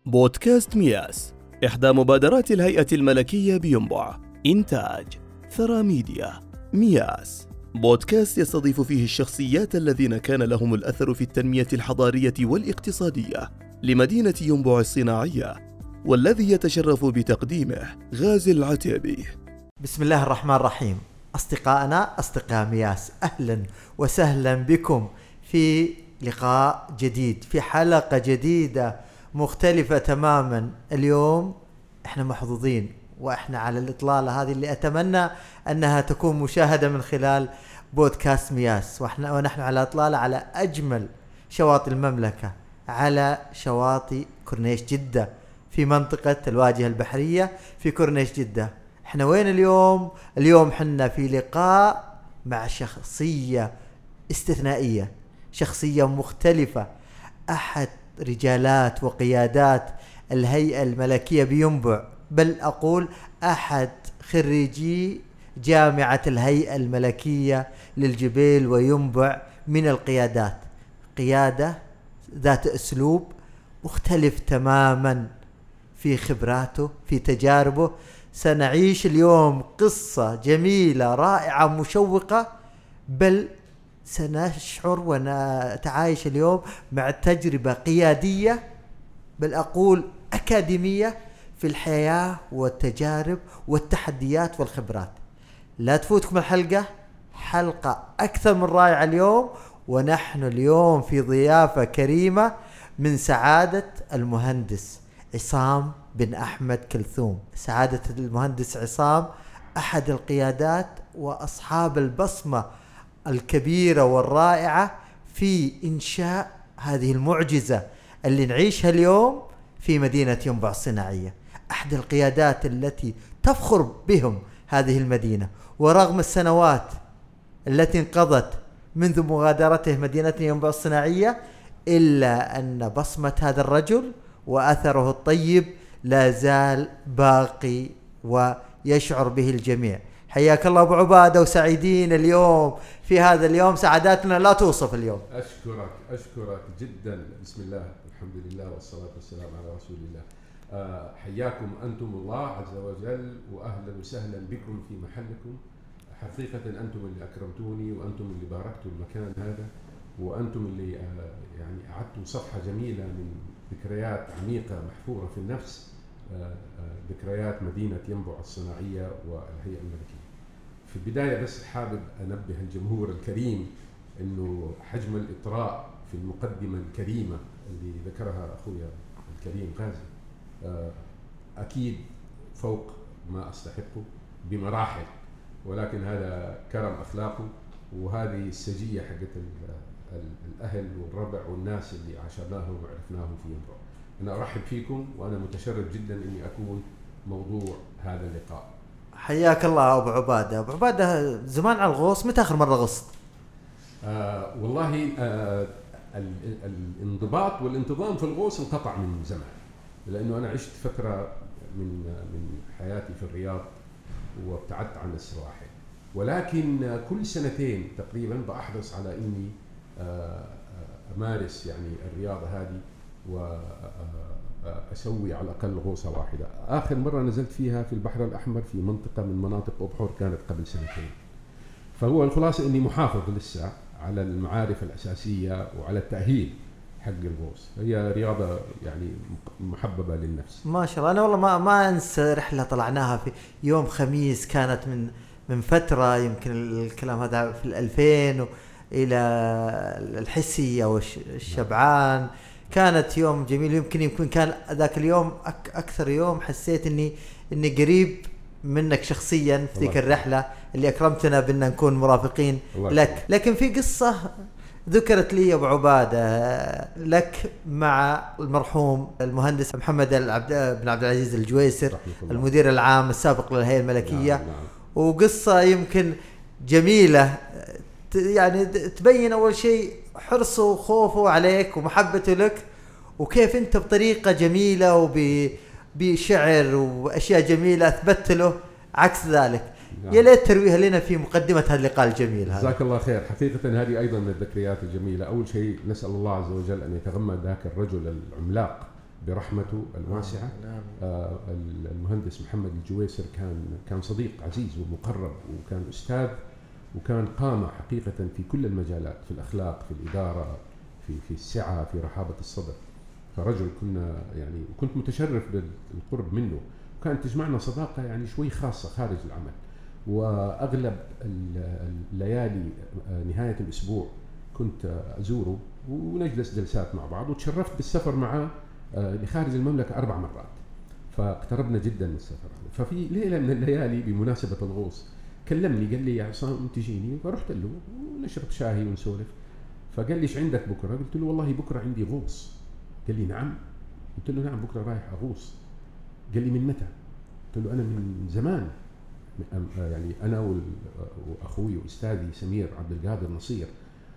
بودكاست مياس، إحدى مبادرات الهيئة الملكية بينبع. إنتاج ثرى ميديا. مياس بودكاست يستضيف فيه الشخصيات الذين كان لهم الأثر في التنمية الحضارية والاقتصادية لمدينة ينبع الصناعية، والذي يتشرف بتقديمه غازي العتيبي. بسم الله الرحمن الرحيم. أصدقائنا أصدقاء مياس، أهلا وسهلا بكم في لقاء جديد، في حلقة جديدة مختلفة تماما. اليوم احنا محظوظين واحنا على الإطلالة هذه اللي أتمنى أنها تكون مشاهدة من خلال بودكاست مياس، ونحن على إطلالة على أجمل شواطئ المملكة، على شواطئ كورنيش جدة في منطقة الواجهة البحرية في كورنيش جدة. احنا وين اليوم حنا في لقاء مع شخصية استثنائية، شخصية مختلفة، أحد رجالات وقيادات الهيئة الملكية بينبع، بل أقول أحد خريجي جامعة الهيئة الملكية للجبيل وينبع من القيادات، قيادة ذات أسلوب مختلف تماما في خبراته في تجاربه. سنعيش اليوم قصة جميلة رائعة مشوقة، بل سنشعر ونتعايش اليوم مع تجربة قيادية، بل أقول أكاديمية في الحياة والتجارب والتحديات والخبرات. لا تفوتكم الحلقة، حلقة أكثر من رائعة اليوم، ونحن اليوم في ضيافة كريمة من سعادة المهندس عصام بن أحمد كلثوم. سعادة المهندس عصام أحد القيادات وأصحاب البصمة الكبيرة والرائعة في إنشاء هذه المعجزة اللي نعيشها اليوم في مدينة ينبع الصناعية، أحد القيادات التي تفخر بهم هذه المدينة. ورغم السنوات التي انقضت منذ مغادرته مدينة ينبع الصناعية، إلا أن بصمة هذا الرجل وأثره الطيب لا زال باقي ويشعر به الجميع. حياك الله أبو عبادة، وسعيدين اليوم في هذا اليوم، سعاداتنا لا توصف اليوم. أشكرك جدا. بسم الله، الحمد لله والصلاة والسلام على رسول الله. حياكم أنتم الله عز وجل، وأهلا وسهلا بكم في محلكم. حقيقة أنتم اللي أكرمتوني، وأنتم اللي باركتوا المكان هذا، وأنتم اللي يعني أعدتوا صفحة جميلة من ذكريات عميقة محفورة في النفس، ذكريات مدينة ينبع الصناعية والهيئة الملكية. في البداية بس حابب أنبه الجمهور الكريم إنه حجم الإطراء في المقدمة الكريمة اللي ذكرها أخويا الكريم غازي أكيد فوق ما أستحقه بمراحل، ولكن هذا كرم أخلاقه، وهذه السجية حقت الأهل والربع والناس اللي عاشرناهم وعرفناهم في ينبع. أنا أرحب فيكم، وأنا متشرف جدا إني أكون موضوع هذا اللقاء. حياك الله أبو عبادة. أبو عبادة، زمان على الغوص، متى آخر مرة غصت؟ والله الانضباط والانتظام في الغوص انقطع من زمان، لأنه أنا عشت فترة من حياتي في الرياض وابتعدت عن السواحل، ولكن كل سنتين تقريبا بأحرص على إني أمارس يعني الرياضة هذه وأسوي على الأقل غوصة واحدة. آخر مرة نزلت فيها في البحر الأحمر في منطقة من مناطق أبحر كانت قبل سنتين. فهو الخلاصة إني محافظ لسه على المعارف الأساسية وعلى التأهيل حق الغوص. هي رياضة يعني محببة للنفس. ما شاء الله. أنا والله ما أنسى رحلة طلعناها في يوم خميس، كانت من فترة، يمكن الكلام هذا في 2000 إلى الحسي أو الشبعان. كانت يوم جميل، يمكن كان ذاك اليوم أكثر يوم حسيت إني قريب منك شخصيا في ذيك الرحلة اللي أكرمتنا بأن نكون مرافقين لك. لكن في قصة ذكرت لي أبو عبادة لك مع المرحوم المهندس محمد بن عبد العزيز الجويسر، المدير العام السابق للهيئة الملكية. نعم. وقصة يمكن جميلة، يعني تبين أول شيء حرصه وخوفه عليك ومحبته لك، وكيف أنت بطريقة جميلة وبشعر وأشياء جميلة أثبت له عكس ذلك. نعم. يا ليت ترويها لنا في مقدمة هذا اللقاء الجميل هذا. جزاك الله خير. حقيقة هذه أيضا من الذكريات الجميلة. أول شيء نسأل الله عز وجل أن يتغمد ذاك الرجل العملاق برحمته الواسعة. المهندس محمد الجويسر كان صديق عزيز ومقرب، وكان أستاذ، وكان قامة حقيقة في كل المجالات، في الأخلاق، في الإدارة، في السعة، في رحابة الصدر. فرجل كنت متشرف بالقرب منه، وكانت تجمعنا صداقة يعني شوي خاصة خارج العمل. وأغلب الليالي نهاية الأسبوع كنت أزوره ونجلس جلسات مع بعض، وتشرفت بالسفر معه لخارج المملكة 4 مرات، فاقتربنا جدا من السفر. ففي ليلة من الليالي بمناسبة الغوص كلمني، قال لي يا عصام تجيني؟ فرحت له ونشرب شاهي ونسولف. فقال لي ايش عندك بكرة؟ قلت له والله بكرة عندي غوص. قال لي نعم؟ قلت له نعم، بكرة رايح أغوص. قال لي من متى؟ قلت له أنا من زمان، يعني أنا وأخوي وأستاذي سمير عبد القادر نصير،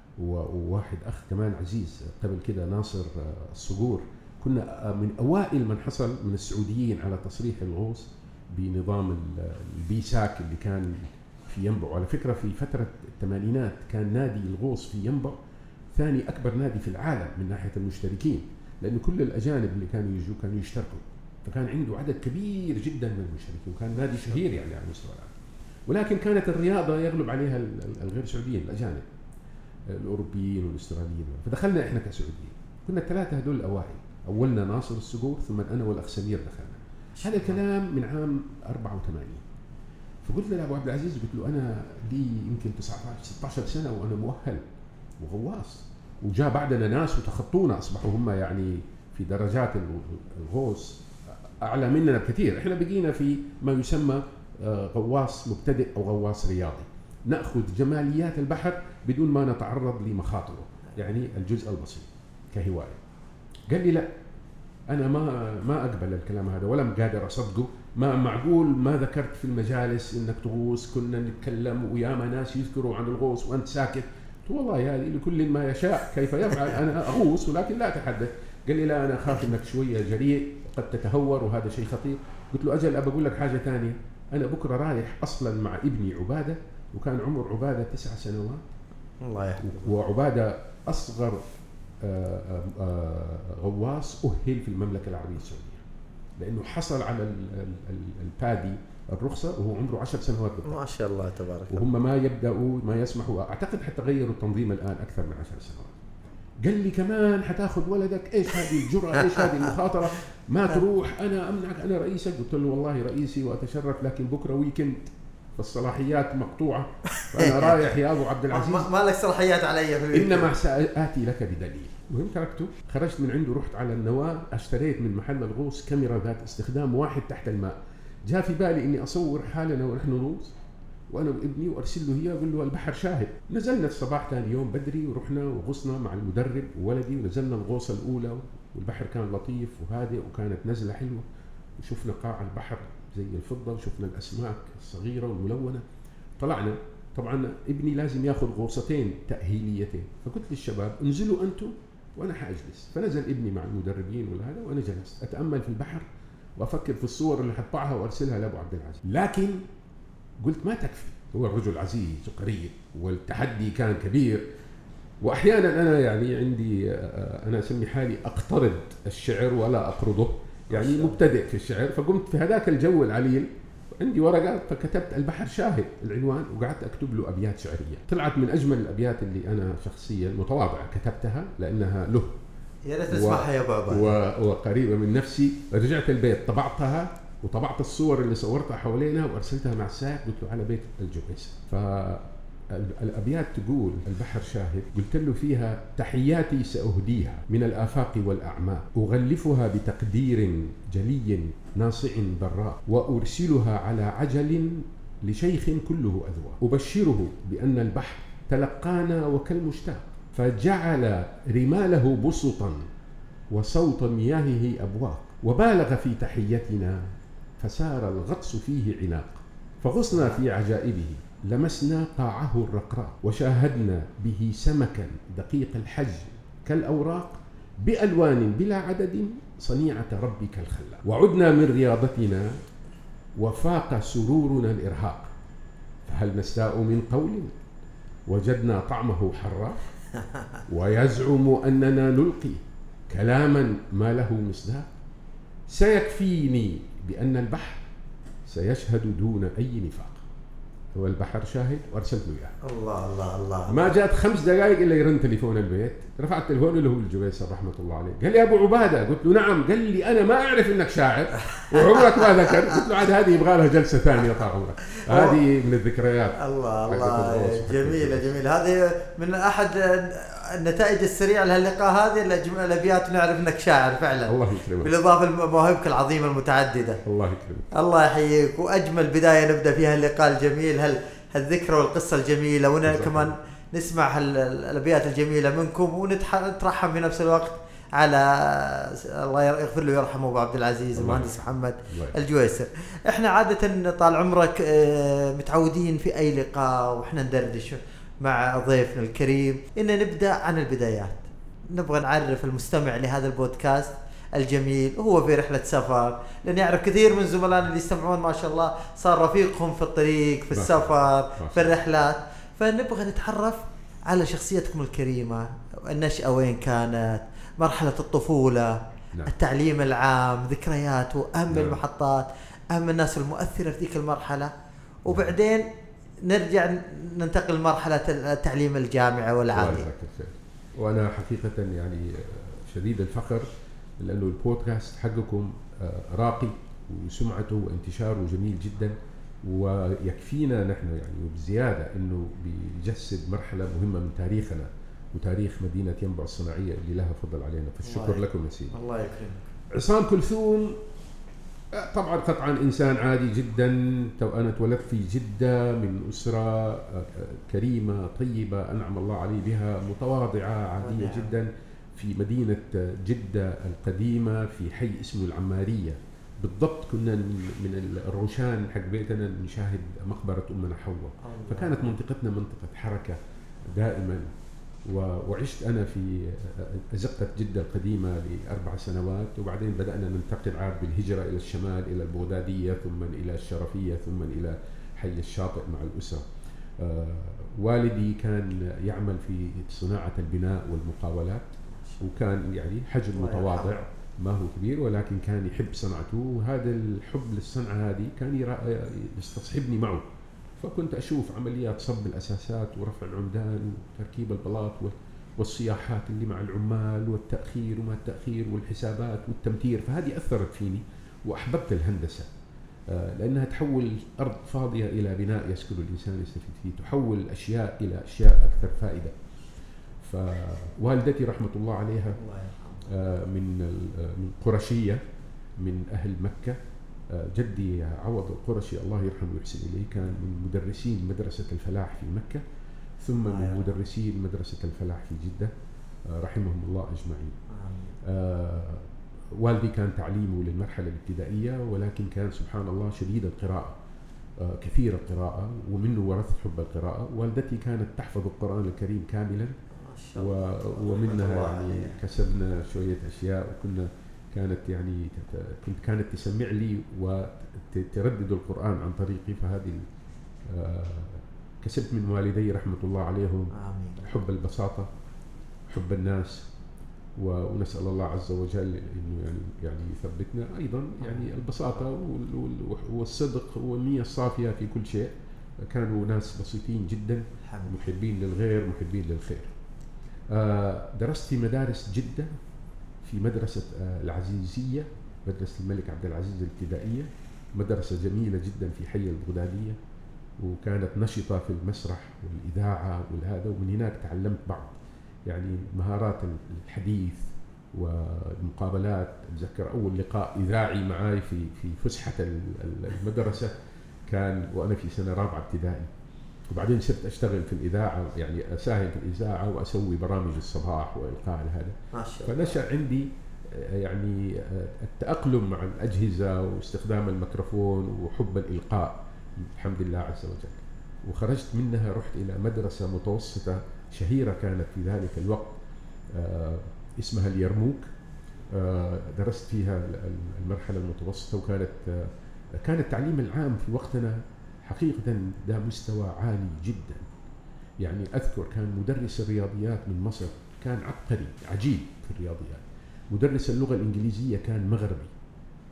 وواحد أخ كمان عزيز قبل كده ناصر الصقور، كنا من أوائل من حصل من السعوديين على تصريح الغوص بنظام البيساك اللي كان في ينبع. على فكرة في فترة الثمانينات كان نادي الغوص في ينبع ثاني أكبر نادي في العالم من ناحية المشتركين، لأن كل الأجانب اللي كانوا يجوا كانوا يشتركوا، فكان عنده عدد كبير جدا من المشتركين، وكان نادي شهير يعني على مستوى العالم. ولكن كانت الرياضة يغلب عليها الغير سعوديين، الأجانب الأوروبيين والأستراليين. فدخلنا إحنا كسعوديين، كنا الثلاثة هذول الأوائل، أولنا ناصر الصقور، ثم أنا والأخ سمير دخلنا. هذا الكلام من عام 84. فقلت لأبو عبد العزيز، قلت له أنا لي يمكن 16 سنة وأنا مؤهل وغواص، وجاء بعدنا ناس وتخطونا، أصبحوا هم يعني في درجات الغوص أعلى مننا بكثير. إحنا بقينا في ما يسمى غواص مبتدئ أو غواص رياضي، نأخذ جماليات البحر بدون ما نتعرض لمخاطره، يعني الجزء البسيط كهواية. قال لي لا، أنا ما أقبل الكلام هذا ولا قادر أصدقه. ما معقول ما ذكرت في المجالس إنك تغوص، كنا نتكلم وياما ناس يذكروا عن الغوص وأنت ساكت. والله هذه لكل ما يشاء كيف يفعل، أنا أغوص ولكن لا أتحدث. قال لي لا، أنا أخاف إنك شوية جريء قد تتهور وهذا شيء خطير. قلت له أجل، أبى أقول لك حاجة ثانية، أنا بكرة رايح أصلا مع ابني عبادة، وكان عمر عبادة 9 سنوات، الله يحفظه، وعبادة أصغر غواص أهل في المملكة العربية السعودية، لأنه حصل على البادي الرخصة وهو عمره 10 سنوات بالضبط. ما شاء الله تبارك الله. وهم ما يبدأوا ما يسمحوا، أعتقد حتى غيروا التنظيم الآن أكثر من 10 سنوات. قال لي كمان حتاخذ ولدك، إيش هذه الجرأة، إيش هذه المخاطرة، ما تروح، أنا أمنعك، أنا رئيسك. قلت له والله رئيسي وأتشرف، لكن بكرة ويكند فالصلاحيات مقطوعة، فأنا رايح يا أبو عبد العزيز، ما لك صلاحيات علي، إنما سآتي لك بدليل. المهم تركته، خرجت من عنده، رحت على النواة، اشتريت من محل الغوص كاميرا ذات استخدام واحد تحت الماء. جاء في بالي إني أصور حالنا ونحن نغوص وأنا وابني، وأرسل له هي أقول له البحر شاهد. نزلنا الصباح ثاني يوم بدري ورحنا وغصنا مع المدرب وولدي، ونزلنا الغوصة الأولى، والبحر كان لطيف وهادئ، وكانت نزلة حلوة، وشفنا قاع البحر زي الفضة، وشفنا الأسماك الصغيرة والملونة. طلعنا، طبعا ابني لازم ياخذ غوصتين تأهيليتين، فقلت للشباب انزلوا أنتم وأنا حأجلس. فنزل ابني مع المدربين والهذا، وأنا جلست أتأمل في البحر وأفكر في الصور اللي حطبعها وأرسلها لأبو عبد العزيز. لكن قلت ما تكفي، هو الرجل عزيز وقريب والتحدي كان كبير، وأحيانا أنا يعني عندي أنا أسمي حالي أقترض الشعر ولا أقرضه، يعني مبتدئ في الشعر. فقمت في هذاك الجو العليل عندي ورقة، فكتبت البحر شاهد العنوان، وقعدت أكتب له أبيات شعرية. طلعت من أجمل الأبيات اللي أنا شخصيا متواضع كتبتها، لأنها له يا ريت تسمعها يا بابا، وقريبة من نفسي. رجعت البيت طبعتها، وطبعت الصور اللي صورتها حوالينا وأرسلتها مع السائق، قلت له على بيت الجويسر. فالأبيات تقول البحر شاهد، قلت له فيها تحياتي سأهديها من الآفاق والأعماق، أغلفها بتقدير جلي ناصع براء، وأرسلها على عجل لشيخ كله أذواق، أبشره بأن البحر تلقانا وكالمشتاق، فجعل رماله بسطا وصوت مياهه أبواق، وبالغ في تحيتنا فسار الغطس فيه عناق، فغصنا في عجائبه، لمسنا قاعه الرقراق، وشاهدنا به سمكا دقيق الحجم كالأوراق، بألوان بلا عدد صنيعة ربك الخلاق، وعدنا من رياضتنا وفاق سرورنا الإرهاق، فهل نستاء من قول وجدنا طعمه حراق، ويزعم أننا نلقي كلاما ما له مصداق، سيكفيني بأن البحر سيشهد دون أي نفاق. هو البحر شاهد وأرسلت له إياه. الله الله الله. ما جات 5 دقائق إلا يرن تليفون البيت، رفعت التليفون اللي هو الجويسر رحمة الله عليه، قال لي أبو عبادة. قلت له نعم. قال لي أنا ما أعرف إنك شاعر وعمرك ما ذكر. قلت له عاد هذه يبغى لها جلسة ثانية طال عمرك. هذه من الذكريات. الله الله جميلة. هذه من أحد النتائج السريعة لهاللقاء هذه الأبيات، نعرف إنك شاعر فعلا. الله يكرمك. بالإضافة لمواهبك العظيمة المتعددة. الله يكرمك. الله يحييك. وأجمل بداية نبدأ فيها اللقاء الجميل هالذكرى والقصة الجميلة، كمان نسمع الأبيات الجميلة منكم، ونترحم في نفس الوقت على الله يغفر له ويرحمه أبو عبد العزيز المهندس محمد الجويسر. احنا عادة طال عمرك متعودين في أي لقاء وإحنا ندردش مع ضيفنا الكريم إن نبدأ عن البدايات. نبغى نعرف المستمع لهذا البودكاست الجميل هو في رحلة سفر، لأن يعرف كثير من زملائنا اللي يستمعون ما شاء الله صار رفيقهم في الطريق، في السفر، في الرحلات. فنبغى نتعرف على شخصيتكم الكريمة، النشأة وين كانت، مرحلة الطفولة، التعليم العام، ذكرياته، أهم المحطات، أهم الناس المؤثرة في ذيك المرحلة، وبعدين نرجع ننتقل لمرحلة التعليم الجامعي والعالي. وأنا حقيقة يعني شديد الفخر لأنه البودكاست حقكم راقي وسمعته وانتشاره جميل جدا، ويكفينا نحن يعني وبزيادة أنه بيجسد مرحلة مهمة من تاريخنا وتاريخ مدينة ينبع الصناعية اللي لها فضل علينا. فالشكر لكم يا سيدي. الله يكرمك. عصام كلثوم طبعا قطعا إنسان عادي جدا. أنا اتولدت في جدة من أسرة كريمة طيبة أنعم الله علي بها، متواضعة عادية جدا، في مدينة جدة القديمة في حي اسمه العمارية. بالضبط كنا من الروشان حق بيتنا نشاهد مقبرة أمنا حواء. فكانت منطقتنا منطقة حركة دائما. وعشت أنا في أزقة جدة القديمة ل4 سنوات، وبعدين بدأنا ننتقل عاد بالهجرة إلى الشمال إلى البغدادية، ثم إلى الشرفية، ثم إلى حي الشاطئ مع الأسرة. والدي كان يعمل في صناعة البناء والمقاولات، وكان يعني حجم متواضع ما هو كبير، ولكن كان يحب صنعته، وهذا الحب للصنعة هذه كان يستصحبني معه. فكنت أشوف عمليات صب الأساسات ورفع العمدان وتركيب البلاط والصياحات اللي مع العمال والتأخير وما التأخير والحسابات والتمتير. فهذه أثرت فيني وأحببت الهندسة، لأنها تحول أرض فاضية إلى بناء يسكن الإنسان يستفيد فيه، تحول أشياء إلى أشياء أكثر فائدة. فوالدتي رحمة الله عليها من قرشية من أهل مكة. جدي عوض القرشي الله يرحمه ويحسن إليه كان من مدرسين مدرسة الفلاح في مكة، ثم من مدرسين مدرسة الفلاح في جدة رحمهم الله أجمعين. والدي كان تعليمه للمرحلة الابتدائية، ولكن كان سبحان الله شديد القراءة، كثير القراءة، ومنه ورثت حب القراءة. والدتي كانت تحفظ القرآن الكريم كاملا، ومنها يعني كسبنا شوية أشياء. وكنا كانت تسمع لي وتردد القرآن عن طريقي. فهذه كسبت من والدي رحمة الله عليهم حب البساطة، حب الناس، ونسأل الله عز وجل إنه يعني يثبتنا أيضا يعني البساطة والصدق والنية الصافية في كل شيء. كانوا ناس بسيطين جدا، محبين للغير، محبين للخير. درست في مدارس جدة، في مدرسة العزيزية، مدرسة الملك عبد العزيز الابتدائية، مدرسة جميلة جدا في حي البغدادية، وكانت نشطة في المسرح والإذاعة والهذا. ومن هناك تعلمت بعض يعني مهارات الحديث والمقابلات. أتذكر أول لقاء إذاعي معي في فسحة المدرسة كان وأنا في سنة 4 ابتدائي، وبعدين صرت أشتغل في الإذاعة، يعني أساهم في الإذاعة وأسوي برامج الصباح وإلقاء هذا. فنشأ عندي يعني التأقلم مع الأجهزة واستخدام الميكروفون وحب الإلقاء الحمد لله عز وجل. وخرجت منها رحت إلى مدرسة متوسطة شهيرة كانت في ذلك الوقت اسمها اليرموك. درست فيها المرحلة المتوسطة، وكانت كان التعليم العام في وقتنا حقيقة ده مستوى عالي جدا. يعني أذكر كان مدرس الرياضيات من مصر كان عبقري عجيب في الرياضيات، مدرس اللغة الإنجليزية كان مغربي،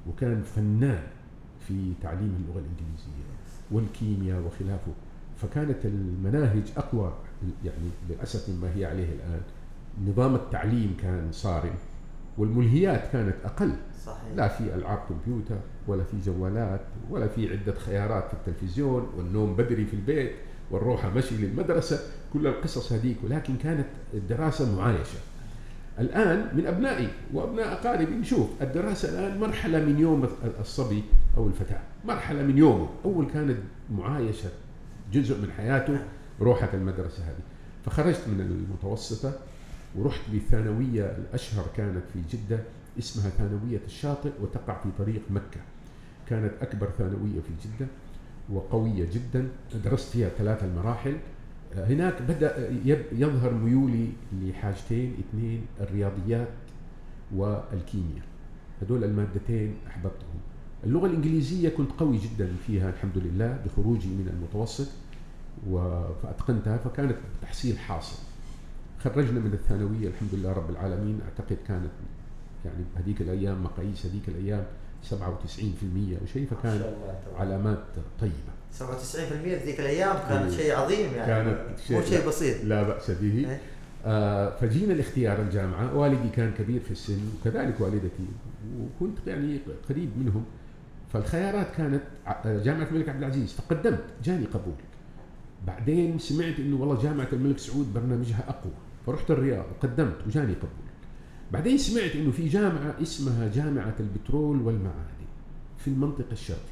وكان فنان في تعليم اللغة الإنجليزية والكيمياء وخلافه، فكانت المناهج أقوى يعني للأسف مما هي عليه الآن. نظام التعليم كان صارم والملهيات كانت أقل. صحيح. لا في ألعاب كمبيوتر ولا في جوالات ولا في عدة خيارات في التلفزيون، والنوم بدري في البيت والروحة مشي للمدرسة، كل القصص هذيك، ولكن كانت الدراسة معايشة. الآن من أبنائي وأبناء أقاربي نشوف الدراسة الآن مرحلة من يوم الصبي أو الفتاة، مرحلة من يومه. أول كانت معايشة جزء من حياته، روحة المدرسة هذه. فخرجت من المتوسطة ورحت بالثانوية الأشهر كانت في جدة، اسمها ثانوية الشاطئ وتقع في طريق مكة. كانت أكبر ثانوية في جدة وقوية جدا، درست فيها 3 المراحل. هناك بدأ يظهر ميولي لحاجتين 2، الرياضيات والكيمياء، هذول المادتين أحببتهم. اللغة الإنجليزية كنت قوي جدا فيها الحمد لله بخروجي من المتوسط فأتقنتها، فكانت تحصيل حاصل. خرجنا من الثانوية الحمد لله رب العالمين، أعتقد كانت يعني هذيك الأيام مقاييس هذيك الأيام 97% وشيء، فكان علامات طيبة. 97% في ذيك الأيام كانت شيء عظيم يعني، كانت مو شيء بسيط. لا بأس به. فجينا الاختيار الجامعة، والدي كان كبير في السن وكذلك والدتي، وكنت يعني قريب منهم، فالخيارات كانت جامعة الملك عبد العزيز، فقدمت جاني قبول. بعدين سمعت إنه والله جامعة الملك سعود برنامجها أقوى، فرحت الرياض وقدمت وجاني قبول. بعدين سمعت إنه في جامعة اسمها جامعة البترول والمعادن في المنطقة الشرقية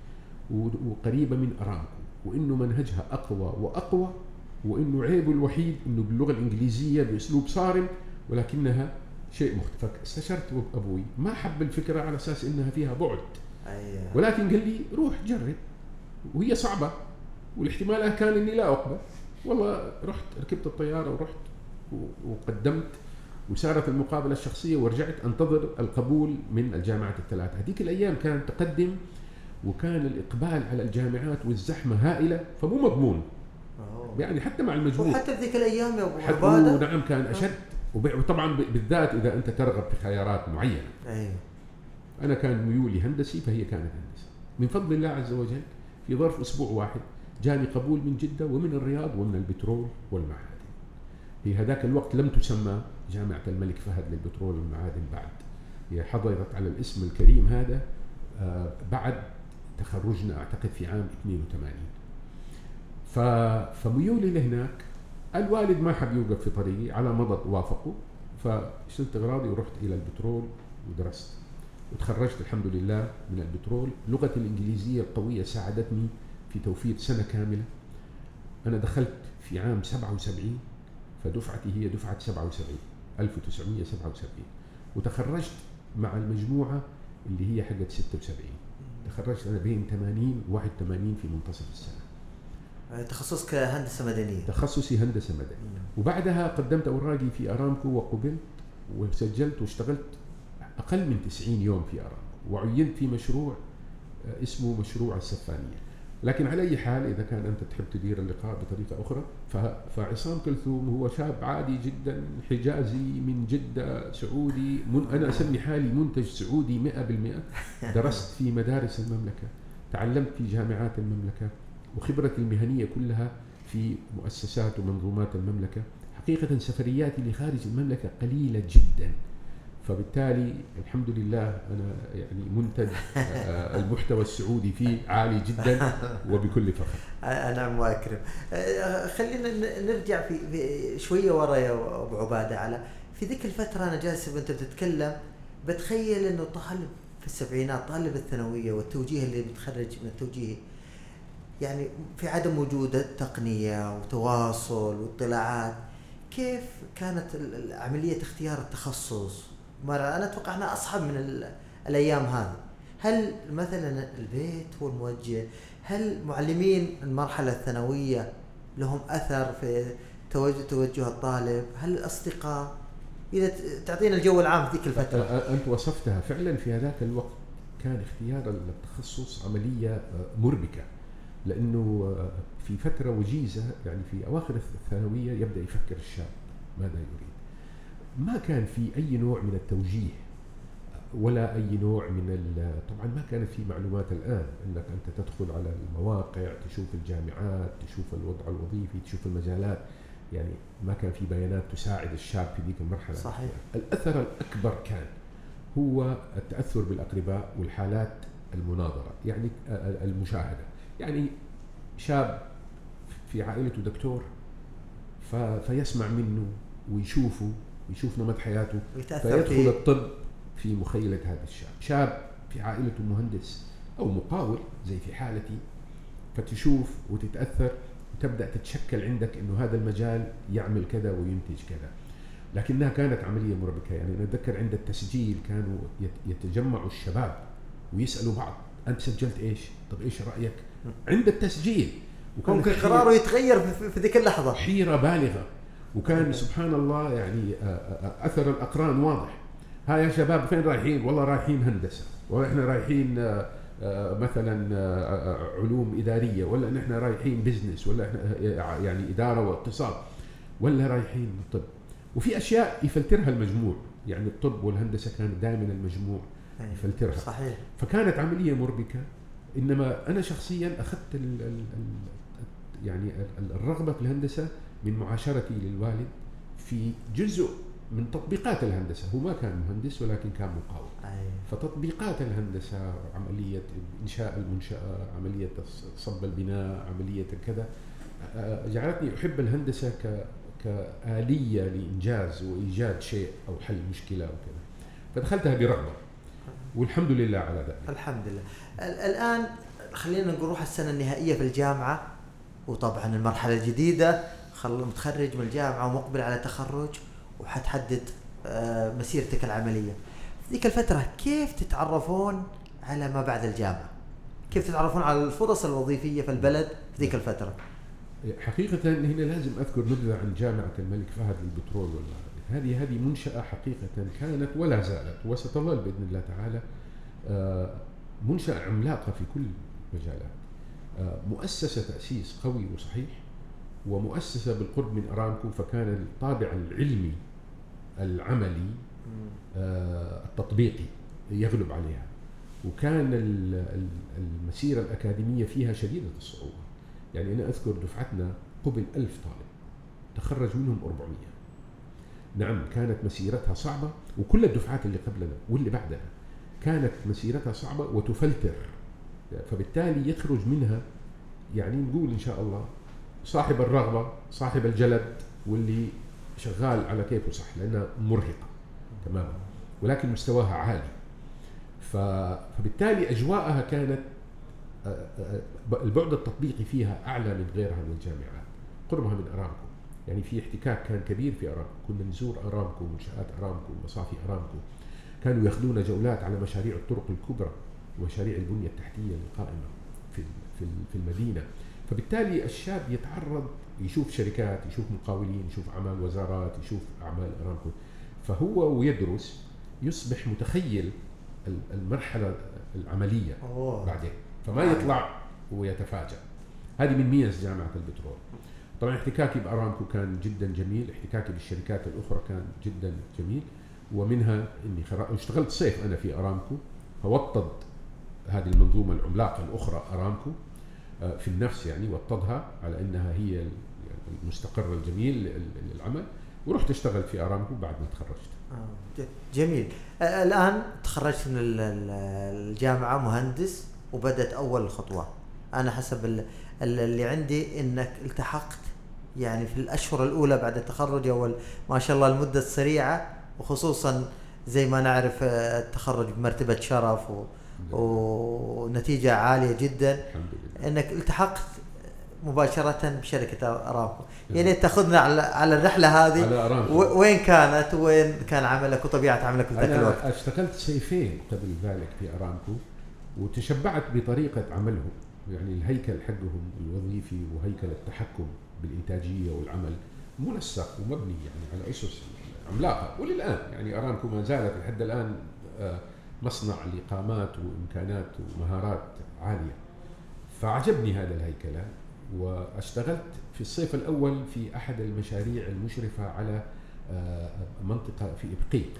وقريبة من أرامكو، وإنه منهجها أقوى وأقوى، وإنه عيبه الوحيد إنه باللغة الإنجليزية بأسلوب صارم ولكنها شيء مختلف. استشرت أبوي، ما حب الفكرة على أساس إنها فيها بعد، ولكن قال لي روح جرب، وهي صعبة والاحتمال كان إني لا أقبل. والله رحت ركبت الطيارة ورحت وقدمت، وصارت المقابلة الشخصية، ورجعت أنتظر القبول من الجامعات الثلاثة. هذيك الأيام كان تقدم، وكان الإقبال على الجامعات والزحمة هائلة، فمو مضمون يعني حتى مع المجموع. وحتى في ذيك الأيام يا أبو عبادة نعم كان أشد، وطبعا بالذات إذا أنت ترغب في خيارات معينة. أيوه. أنا كان ميولي هندسي، فهي كانت هندسة. من فضل الله عز وجل في ظرف أسبوع واحد جاني قبول من جدة ومن الرياض ومن البترول والمعادن. في هذاك الوقت لم تسمى جامعة الملك فهد للبترول والمعادن بعد، هي حضرت على الاسم الكريم هذا بعد تخرجنا أعتقد في عام 82. فميولي لهناك. الوالد ما حب يوقف في طريقي، على مضض وافقوا، فشلت أغراضي ورحت إلى البترول ودرست وتخرجت الحمد لله من البترول. لغتي الإنجليزية القوية ساعدتني في توفير سنة كاملة. أنا دخلت في عام 77، فدفعتي هي دفعة 77 1977، وتخرجت مع المجموعة اللي هي حقت 76. تخرجت أنا بين 80 و81 في منتصف السنة. تخصصك هندسة مدنية؟ تخصصي هندسة مدنية. وبعدها قدمت أوراقي في أرامكو وقبلت وسجلت واشتغلت أقل من 90 يوم في أرامكو، وعينت في مشروع اسمه مشروع السفانية. لكن على أي حال إذا كان أنت تحب تدير اللقاء بطريقة أخرى، فعصام كلثوم هو شاب عادي جدا، حجازي من جدة، سعودي، أنا أسمي حالي منتج سعودي 100%. درست في مدارس المملكة، تعلمت في جامعات المملكة، وخبرتي المهنية كلها في مؤسسات ومنظومات المملكة. حقيقة سفرياتي لخارج المملكة قليلة جدا، فبالتالي الحمد لله أنا يعني منتج المحتوى السعودي فيه عالي جدا وبكل فخر. أنا مؤكرم. خلينا نرجع في شوية ورا يا أبو عبادة. على في ذيك الفترة أنا جالس وأنت بتتكلم بتخيل إنه طالب في السبعينات، طالب الثانوية والتوجيه اللي بتخرج من التوجيه، يعني في عدم وجود التقنية وتواصل واطلاعات، كيف كانت عملية اختيار التخصص؟ أنا أتوقع أنها أصعب من الأيام هذه. هل مثلا البيت هو الموجه؟ هل معلمين المرحلة الثانوية لهم أثر في توجه الطالب؟ هل الأصدقاء؟ إذا تعطينا الجو العام في ذيك الفترة. أنت وصفتها فعلا. في هذاك الوقت كان اختيار التخصص عملية مربكة، لأنه في فترة وجيزة، يعني في أواخر الثانوية يبدأ يفكر الشاب ماذا يريد. ما كان في أي نوع من التوجيه ولا أي نوع من طبعا ما كانت في معلومات الآن أنك أنت تدخل على المواقع تشوف الجامعات، تشوف الوضع الوظيفي، تشوف المجالات. يعني ما كان في بيانات تساعد الشاب في ذيك المرحلة. صحيح. الأثر الأكبر كان هو التأثر بالأقرباء والحالات المناظرة، يعني المشاهدة. يعني شاب في عائلته دكتور فيسمع منه ويشوفه، ويشوف نمط حياته، فيدخل الطب في مخيلة هذا الشاب. شاب في عائلته مهندس أو مقاول زي في حالتي، فتشوف وتتأثر وتبدأ تتشكل عندك إنه هذا المجال يعمل كذا وينتج كذا. لكنها كانت عملية مربكة. يعني أنا أتذكر عند التسجيل كانوا يتجمعوا الشباب ويسألوا بعض: أنت سجلت إيش؟ طب إيش رأيك؟ عند التسجيل. ممكن قراره يتغير في ذيك اللحظة. حيرة بالغة. وكان سبحان الله يعني أثر الأقران واضح. ها يا شباب فين رايحين؟ والله رايحين هندسة، وإحنا رايحين مثلا علوم إدارية، ولا نحن رايحين بزنس، ولا إحنا يعني إدارة واقتصاد، ولا رايحين طب. وفي أشياء يفلترها المجموع، يعني الطب والهندسة كان دائما المجموع يفلترها. صحيح. فكانت عملية مربكة. إنما أنا شخصيا أخذت يعني الرغبة في الهندسة من معاشرتي للوالد في جزء من تطبيقات الهندسة. هو ما كان مهندس ولكن كان مقاول. فتطبيقات الهندسة، عملية إنشاء المنشأة، عملية صب البناء، عملية كذا، جعلتني أحب الهندسة كآلية لإنجاز وإيجاد شيء أو حل مشكلة وكذا. فدخلتها برغبة والحمد لله على ذلك. الحمد لله. الآن خلينا نروح السنة النهائية في الجامعة، وطبعا المرحلة الجديدة، متخرج من الجامعة ومقبل على تخرج، وحتحدد مسيرتك العملية. في ذيك الفترة كيف تتعرفون على ما بعد الجامعة؟ كيف تتعرفون على الفرص الوظيفية في البلد في ذيك الفترة؟ حقيقة هنا لازم أذكر نبذة عن جامعة الملك فهد للبترول والمعادن. هذه منشأة حقيقة كانت ولا زالت وستظل بإذن الله تعالى منشأة عملاقة في كل المجالات، مؤسسة تأسيس قوي وصحيح، ومؤسسة بالقرب من أرامكو، فكان الطابع العلمي العملي التطبيقي يغلب عليها. وكان المسيرة الأكاديمية فيها شديدة الصعوبة. يعني أنا أذكر دفعتنا قبل 1000 طالب، تخرج منهم 400. نعم كانت مسيرتها صعبة، وكل الدفعات اللي قبلنا واللي بعدها كانت مسيرتها صعبة وتفلتر. فبالتالي يخرج منها يعني نقول إن شاء الله صاحب الرغبة، صاحب الجلد، واللي شغال على كيفه صح، لأنها مرهقة تماما ولكن مستواها عالي. فبالتالي أجواءها كانت البعد التطبيقي فيها أعلى من غيرها من الجامعات، قربها من أرامكو. يعني في احتكاك كان كبير في أرامكو، كنا نزور أرامكو، منشآت أرامكو، مصافي أرامكو، كانوا ياخذونا جولات على مشاريع الطرق الكبرى ومشاريع البنية التحتية القائمة في المدينة. فبالتالي الشاب يتعرض، يشوف شركات، يشوف مقاولين، يشوف أعمال وزارات، يشوف أعمال أرامكو، فهو ويدرس يصبح متخيل المرحلة العملية بعدين، فما يطلع ويتفاجأ. هذه من ميزة جامعة البترول. طبعا احتكاكي بأرامكو كان جدا جميل، احتكاكي بالشركات الأخرى كان جدا جميل، ومنها اني اشتغلت صيف انا في ارامكو، فوطد هذه المنظومه العملاقه الاخرى ارامكو في النفس، يعني وطدها على انها هي المستقر الجميل للعمل، ورحت اشتغلت في ارامكو بعد ما تخرجت. جميل. الان تخرجت من الجامعه مهندس وبدت اول الخطوات. انا حسب اللي عندي انك التحقت يعني في الاشهر الاولى بعد التخرج، اول ما شاء الله المده السريعه، وخصوصا زي ما نعرف التخرج بمرتبة شرف ونتيجة عالية جدا، انك التحقت مباشرة بشركة أرامكو. يعني تأخذنا على الرحلة هذه، وين كانت، وين كان عملك وطبيعة عملك في ذاك الوقت؟ أنا اشتغلت صيفين قبل ذلك في أرامكو، وتشبعت بطريقة عملهم، يعني الهيكل حقهم الوظيفي وهيكل التحكم بالإنتاجية والعمل منسق ومبني يعني على أسس عملاقة. وللآن يعني أرامكو ما زالت لحد الآن مصنع لقامات وإمكانات ومهارات عالية. فعجبني هذا الهيكل، واشتغلت في الصيف الأول في أحد المشاريع المشرفة على منطقة في إبقيق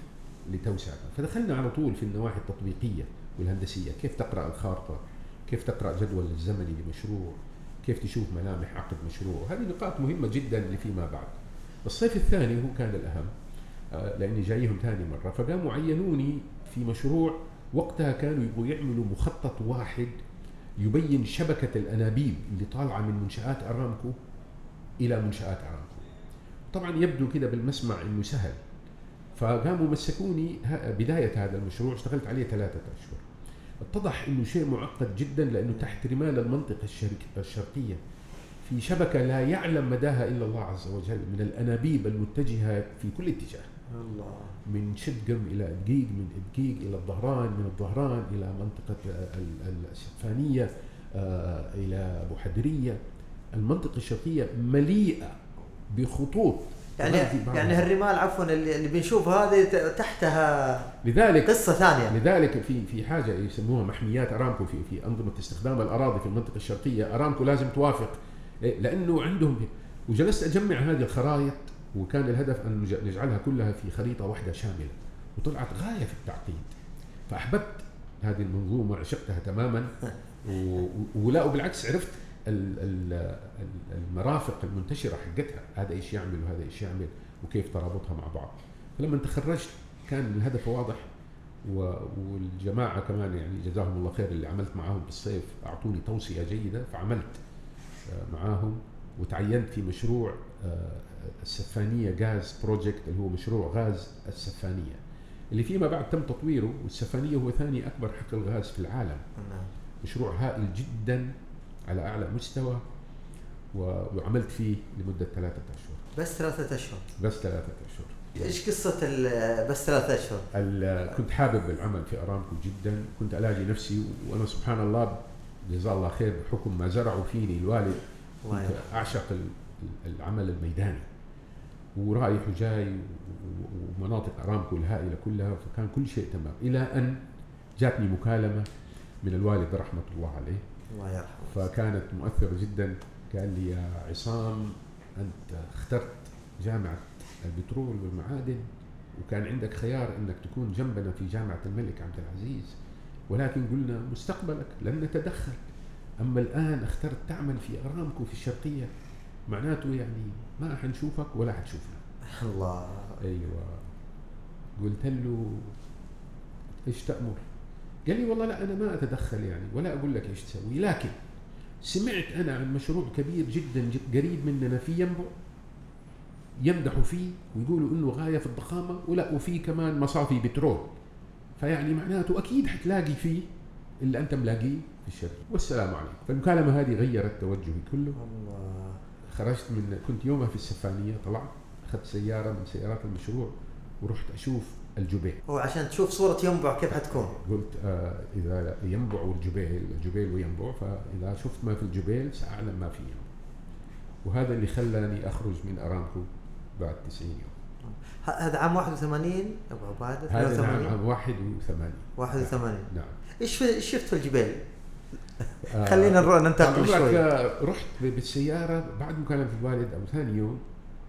لتوسعة. فدخلنا على طول في النواحي التطبيقية والهندسية، كيف تقرأ الخارطة، كيف تقرأ جدول الزمني لمشروع، كيف تشوف ملامح عقد مشروع. هذه نقاط مهمة جدا لفيما بعد. الصيف الثاني هو كان الأهم، لأني جايهم ثاني مرة، فقاموا عينوني في مشروع. وقتها كانوا يبغوا يعملوا مخطط واحد يبين شبكة الأنابيب اللي طالعة من منشآت أرامكو إلى منشآت أرامكو. طبعا يبدو كده بالمسمع إنه سهل، فقاموا مسكوني بداية هذا المشروع، اشتغلت عليه 3 أشهر. اتضح إنه شيء معقد جدا، لأنه تحت رمال المنطقة الشرقية في شبكة لا يعلم مداها إلا الله عز وجل من الأنابيب المتجهة في كل اتجاه، الله، من شدقم إلى دقيق، من دقيق إلى الظهران، من الظهران إلى منطقة السفانية، إلى أبو حدرية. المنطقة الشرقية مليئة بخطوط، يعني هالرمال عفوا اللي بنشوف هذه تحتها لذلك قصة ثانية. لذلك في حاجة يسموها محميات أرامكو في أنظمة استخدام الأراضي في المنطقة الشرقية. أرامكو لازم توافق لأنه عندهم. وجلست أجمع هذه الخرائط، وكان الهدف أن نجعلها كلها في خريطة واحدة شاملة، وطلعت غاية في التعقيد. فأحببت هذه المنظومة، عشقتها تماما. ولا وبالعكس عرفت المرافق المنتشرة حقتها، هذا إيش يعمل وهذا إيش يعمل وكيف ترابطها مع بعض. فلما تخرجت كان الهدف واضح، والجماعة كمان يعني جزاهم الله خير اللي عملت معاهم بالصيف أعطوني توصية جيدة، فعملت معاهم وتعينت في مشروع السفانية غاز بروجكت، اللي هو مشروع غاز السفانية اللي فيما بعد تم تطويره. والسفانية هو ثاني أكبر حقل غاز في العالم. مشروع هائل جدا على أعلى مستوى، وعملت فيه لمدة 3 أشهر. بس 3 أشهر؟ بس 3 أشهر. إيش قصة بس 3 أشهر؟ كنت حابب العمل في أرامكو جدا، كنت ألاقي نفسي، وأنا سبحان الله جزاه الله خير بحكم ما زرعوا فيني الوالد، كنت أعشق العمل الميداني ورايح وجاي ومناطق أرامكو الهائلة كلها، فكان كل شيء تمام. إلى أن جاتني مكالمة من الوالد رحمة الله عليه، الله يرحمه، فكانت مؤثرة جدا. قال لي يا عصام، أنت اخترت جامعة البترول والمعادن، وكان عندك خيار أنك تكون جنبنا في جامعة الملك عبد العزيز، ولكن قلنا مستقبلك لن نتدخل. أما الآن اخترت تعمل في أرامكو في الشرقية، معناته يعني ما حنشوفك ولا حتشوفنا. الله. أيوة. قلت له إيش تأمر؟ قال لي والله لا، أنا ما أتدخل يعني ولا أقول لك إيش تسوي، لكن سمعت أنا عن مشروع كبير جدا قريب مننا في ينبع، يمدحوا فيه ويقولوا إنه غاية في الضخامة، وفيه كمان مصافي بترول، فيعني معناته أكيد حتلاقي فيه اللي أنت ملاقيه في الشرق. والسلام عليكم. فالمكالمة هذه غيرت توجهي كله. الله. خرجت كنت يومها في السفانية، طلعت أخذت سيارة من سيارات المشروع ورحت أشوف الجبيل. وعشان تشوف صورة ينبع كيف حتكون؟ قلت إذا ينبع والجبيل وينبع، فإذا شفت ما في الجبيل سأعلم ما في ينبع. وهذا اللي خلاني أخرج من أرامكو بعد 90 يوم. هذا عام 81 أبو عبادة؟ هذا عام 81. 81. نعم. إيش شفت في الجبال؟ خلينا ننتقل شوي. رحت بالسيارة بعد مكالمة الوالد أو ثاني يوم،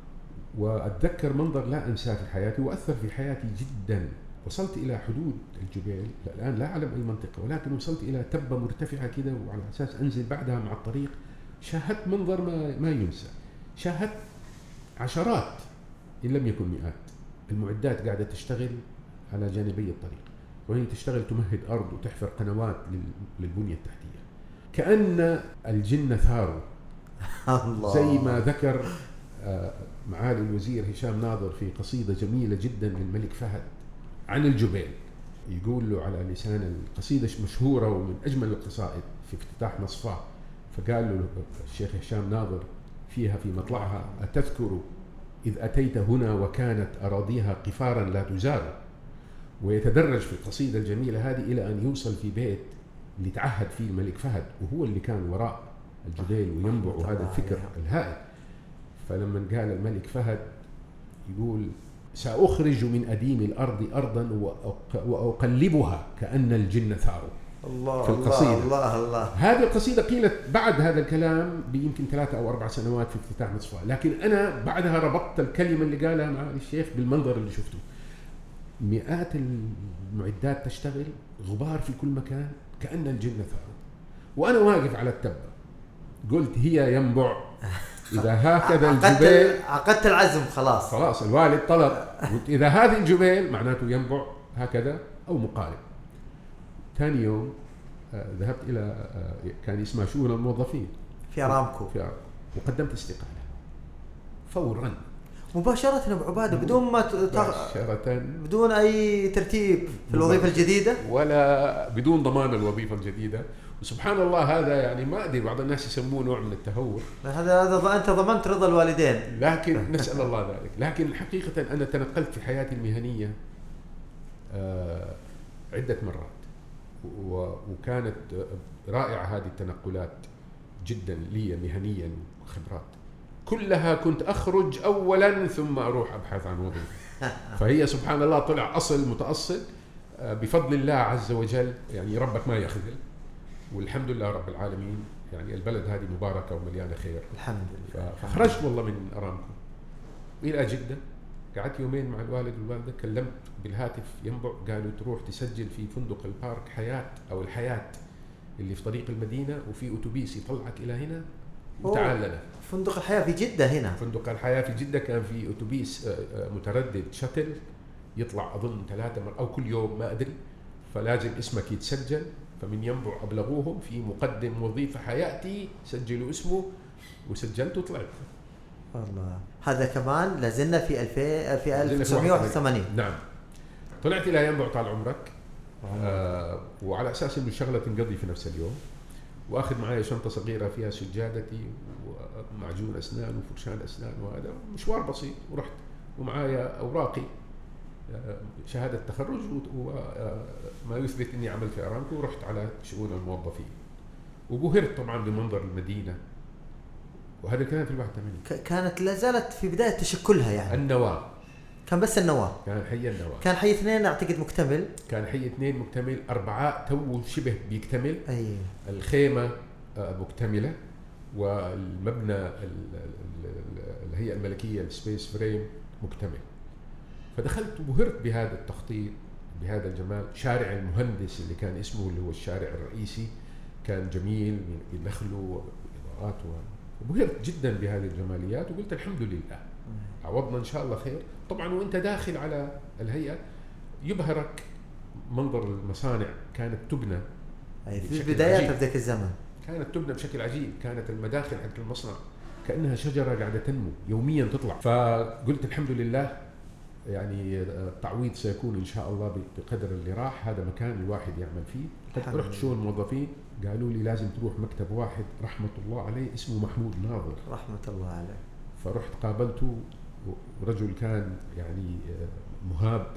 وأتذكر منظر لا أنساه في حياتي وأثر في حياتي جدا. وصلت إلى حدود الجبال، الآن لا أعلم أي منطقة، ولكن وصلت إلى تبة مرتفعة كده، وعلى أساس أنزل بعدها مع الطريق شاهدت منظر ما ينسى. شاهدت عشرات إن لم يكن مئات المعدات قاعدة تشتغل على جانبي الطريق، وهي تشتغل تمهد أرض وتحفر قنوات للبنية التحتية، كأن الجن ثاروا. زي ما ذكر معالي الوزير هشام ناظر في قصيدة جميلة جدا للملك فهد عن الجبال، يقول له على لسان القصيدة مشهورة ومن أجمل القصائد في افتتاح مصفاه، فقال له الشيخ هشام ناظر فيها في مطلعها: أتذكر إذ أتيت هنا وكانت أراضيها قفارا لا تزار. ويتدرج في القصيدة الجميلة هذه إلى أن يوصل في بيت اللي تعهد فيه الملك فهد، وهو اللي كان وراء الجبال وينبع وهذا الفكر الهائل. فلما قال الملك فهد يقول: سأخرج من أديم الأرض أرضا وأقلبها كأن الجن ثاروا. الله في القصيدة. الله الله. هذه القصيدة قيلت بعد هذا الكلام بيمكن 3 أو 4 سنوات في افتتاح مصفاه، لكن أنا بعدها ربطت الكلمة اللي قالها معالي الشيخ بالمنظر اللي شفته. مئات المعدات تشتغل، غبار في كل مكان كأن الجنة ثارت، وأنا واقف على التبة قلت هي ينبع إذا هكذا الجبال. عقدت العزم خلاص الوالد طلب، قلت إذا هذه الجبال معناته ينبع هكذا أو مقارب. ثاني يوم ذهبت إلى كان اسمها شؤون الموظفين في أرامكو وقدمت استقالة فورا مباشرة أبو عبادة بدون ما بدون أي ترتيب في الوظيفة الجديدة ولا بدون ضمان الوظيفة الجديدة. وسبحان الله هذا يعني ما أدري بعض الناس يسموه نوع من التهور. هذا أنت ضمنت رضا الوالدين. لكن نسأل الله ذلك. لكن حقيقة أنا تنقلت في حياتي المهنية عدة مرات وكانت رائعة هذه التنقلات جدا لي مهنيا وخبرات. كلها كنت أخرج أولا ثم أروح أبحث عن وظيفة. فهي سبحان الله طلع أصل متأصل بفضل الله عز وجل. يعني ربك ما يخذل، والحمد لله رب العالمين. يعني البلد هذه مباركة ومليانة خير الحمد لله. فخرجت والله من أرامكو إلى جدة، قعدت يومين مع الوالد والوالدة، كلمت بالهاتف ينبع، قالوا تروح تسجل في فندق البارك حياة أو الحياة اللي في طريق المدينة، وفي أتوبيس يطلعك إلى هنا وتعال لنا. فندق الحياة في جدة هنا. فندق الحياة في جدة كان في أتوبيس متردد شتل يطلع أظن 3 مرات أو كل يوم ما أدري، فلازم اسمك يتسجل. فمن ينبع أبلغوهم في مقدم وظيفة حياتي سجلوا اسمه، وسجلت وطلعت. الله، هذا كمان لازلنا في 1981. نعم، طلعت إلى ينبع طال عمرك. وعلى أساس إنه الشغلة تنقضي في نفس اليوم، وأخذ معي شنطة صغيرة فيها سجادتي ومعجون أسنان وفرشان أسنان، وهذا مشوار بسيط. ورحت ومعايا أوراقي، شهادة تخرج وما يثبت إني عملت في أرامكو. ورحت على شؤون الموظفين وبهرت طبعا بمنظر المدينة. وهذا الكلام في 81. كانت لازالت في بداية تشكلها يعني. النواة كان بس النواة. كان حي النواة. كان حي 2 أعتقد مكتمل. كان حي 2 مكتمل، 4 تو شبه بيكتمل. أيه. الخيمة مكتملة، والمبنى الهيئة الملكية السبيس فريم مكتمل. فدخلت وبهرت بهذا التخطيط بهذا الجمال. شارع المهندس اللي كان اسمه اللي هو الشارع الرئيسي كان جميل بنخله وإضاءات، وبهرت جدا بهذه الجماليات. وقلت الحمد لله عوضنا إن شاء الله خير. طبعا وانت داخل على الهيئة يبهرك منظر المصانع. كانت تبنى في بدايات ذاك الزمن، كانت تبنى بشكل عجيب. كانت المداخل حق المصنع كأنها شجرة قاعدة تنمو يوميا تطلع. فقلت الحمد لله، يعني التعويض سيكون إن شاء الله بقدر اللي راح. هذا مكان الواحد يعمل فيه. رحت شؤون الموظفين، قالوا لي لازم تروح مكتب واحد رحمة الله عليه اسمه محمود ناظر. رحمة الله عليه. فرحت قابلته، رجل كان يعني مهاب،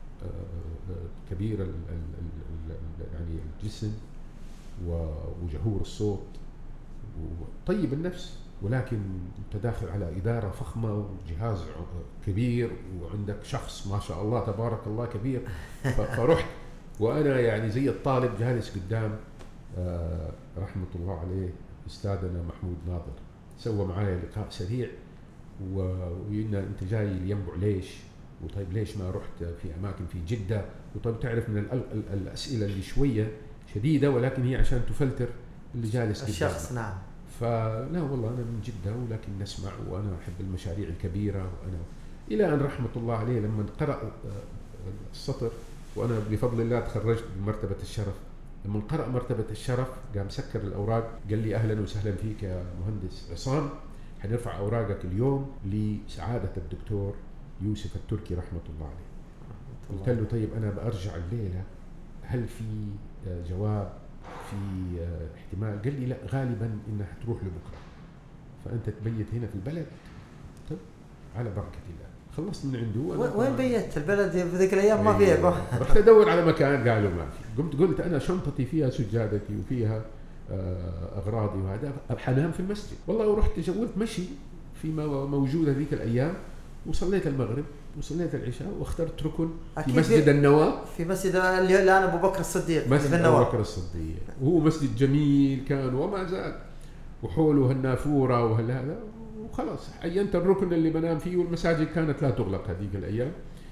كبير يعني الجسم وجهور الصوت وطيب النفس، ولكن انت داخل على إدارة فخمة وجهاز كبير وعندك شخص ما شاء الله تبارك الله كبير. فرحت وأنا يعني زي الطالب جالس قدام رحمة الله عليه أستاذنا محمود ناظر. سوى معايا لقاء سريع، وقلنا أنت جاي لينبع ليش؟ وطيب ليش ما رحت في أماكن في جدة؟ وطيب تعرف من الأسئلة اللي شوية شديدة، ولكن هي عشان تفلتر اللي جالس قدام الشخص. نعم. فلا والله أنا من جدة ولكن نسمع وأنا أحب المشاريع الكبيرة. وأنا إلى أن رحمة الله عليه لما قرأ السطر، وأنا بفضل الله تخرجت بمرتبة الشرف. لما قرأ مرتبة الشرف قام سكر الأوراق، قال لي أهلا وسهلا فيك يا مهندس عصام، حنرفع أوراقك اليوم لسعادة الدكتور يوسف التركي رحمة الله عليه. قلت له طيب أنا بأرجع الليلة، هل في جواب، في احتمال؟ قال لي لا غالبا إنها تروح لبكرة، فأنت تبيت هنا في البلد. طيب على بركة الله. خلصت من عنده. وين بيت البلد في ذيك الأيام؟ ما فيها. رحت أدور على مكان، قالوا ما في. قلت أنا شنطتي فيها سجادتي وفيها أغراضي وهذا، حنام في المسجد والله. ورحت جولت مشي فيما موجودة ذيك الأيام، وصليت المغرب وصليت العشاء، واخترت ركن في مسجد النواة، في مسجد اللي الآن أبو بكر الصديق، مسجد أبو بكر الصديق. وهو مسجد جميل كان وما زال، وحوله النافورة وهذا. وخلاص عينت الركن اللي بنام فيه، والمساجد كانت لا تغلق هذيك الأيام.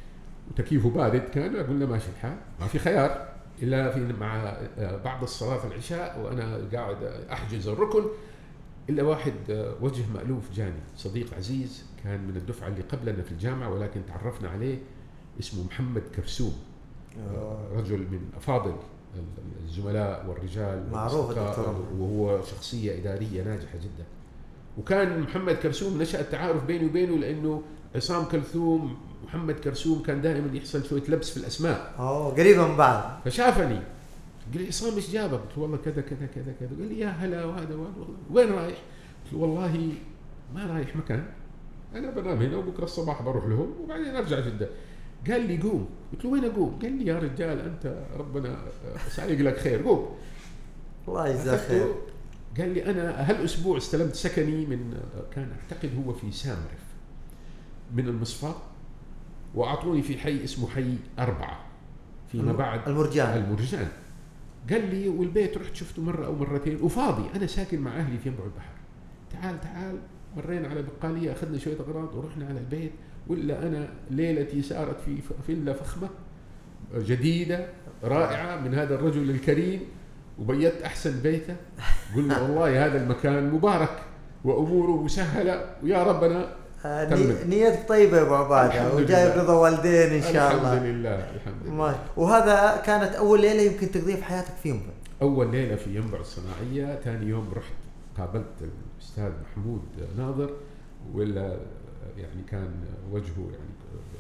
وتكييفه بارد كان. قلنا ماشي الحال، ما في خيار إلا في مع بعد الصلاة العشاء وأنا قاعد أحجز الركن، إلا واحد وجه مألوف جاني، صديق عزيز كان من الدفعة اللي قبلنا في الجامعة ولكن تعرفنا عليه، اسمه محمد كرسوم. رجل من أفاضل الزملاء والرجال، معروف الدكتور، وهو شخصية إدارية ناجحة جدا. وكان محمد كرسوم نشأ التعارف بيني وبينه لأنه عصام كلثوم محمد كرسوم كان دائما يحصل شوية لبس في الأسماء، قريبا من بعض. فشافني قال لي عصام ايش جابك؟ قلت والله كذا كذا كذا كذا. قال لي يا هلا وهذا والله وين رايح؟ قلت له والله ما رايح مكان، انا بنام هنا وبكره الصباح بروح لهم وبعدين ارجع جده. قال لي قوم. قلت له وين اقوم؟ قال لي يا رجال انت ربنا سايق لك خير، قوم. الله يجزاه خير. قال لي انا هالاسبوع استلمت سكني من، كان اعتقد هو في سامرف من المصفاة، واعطوني في حي اسمه حي 4 فيما بعد المرجان. قال لي والبيت رحت شفته مرة أو مرتين وفاضي، أنا ساكن مع أهلي في ينبع البحر، تعال. مرينا على بقالية أخذنا شوية أغراض ورحنا على البيت، ولا أنا ليلتي سارت في فيلا فخمة جديدة رائعة من هذا الرجل الكريم، وبيت أحسن بيته. قلنا والله هذا المكان مبارك وأموره مسهلة ويا ربنا نيتك طيبة يا أبو عبادة، وجايب رضا والدين إن شاء الله. الحمد لله. وهذا كانت أول ليلة يمكن تقضيها في حياتك في ينبع؟ أول ليلة في ينبع الصناعية. ثاني يوم رحت قابلت الأستاذ محمود ناظر، ولا يعني كان وجهه يعني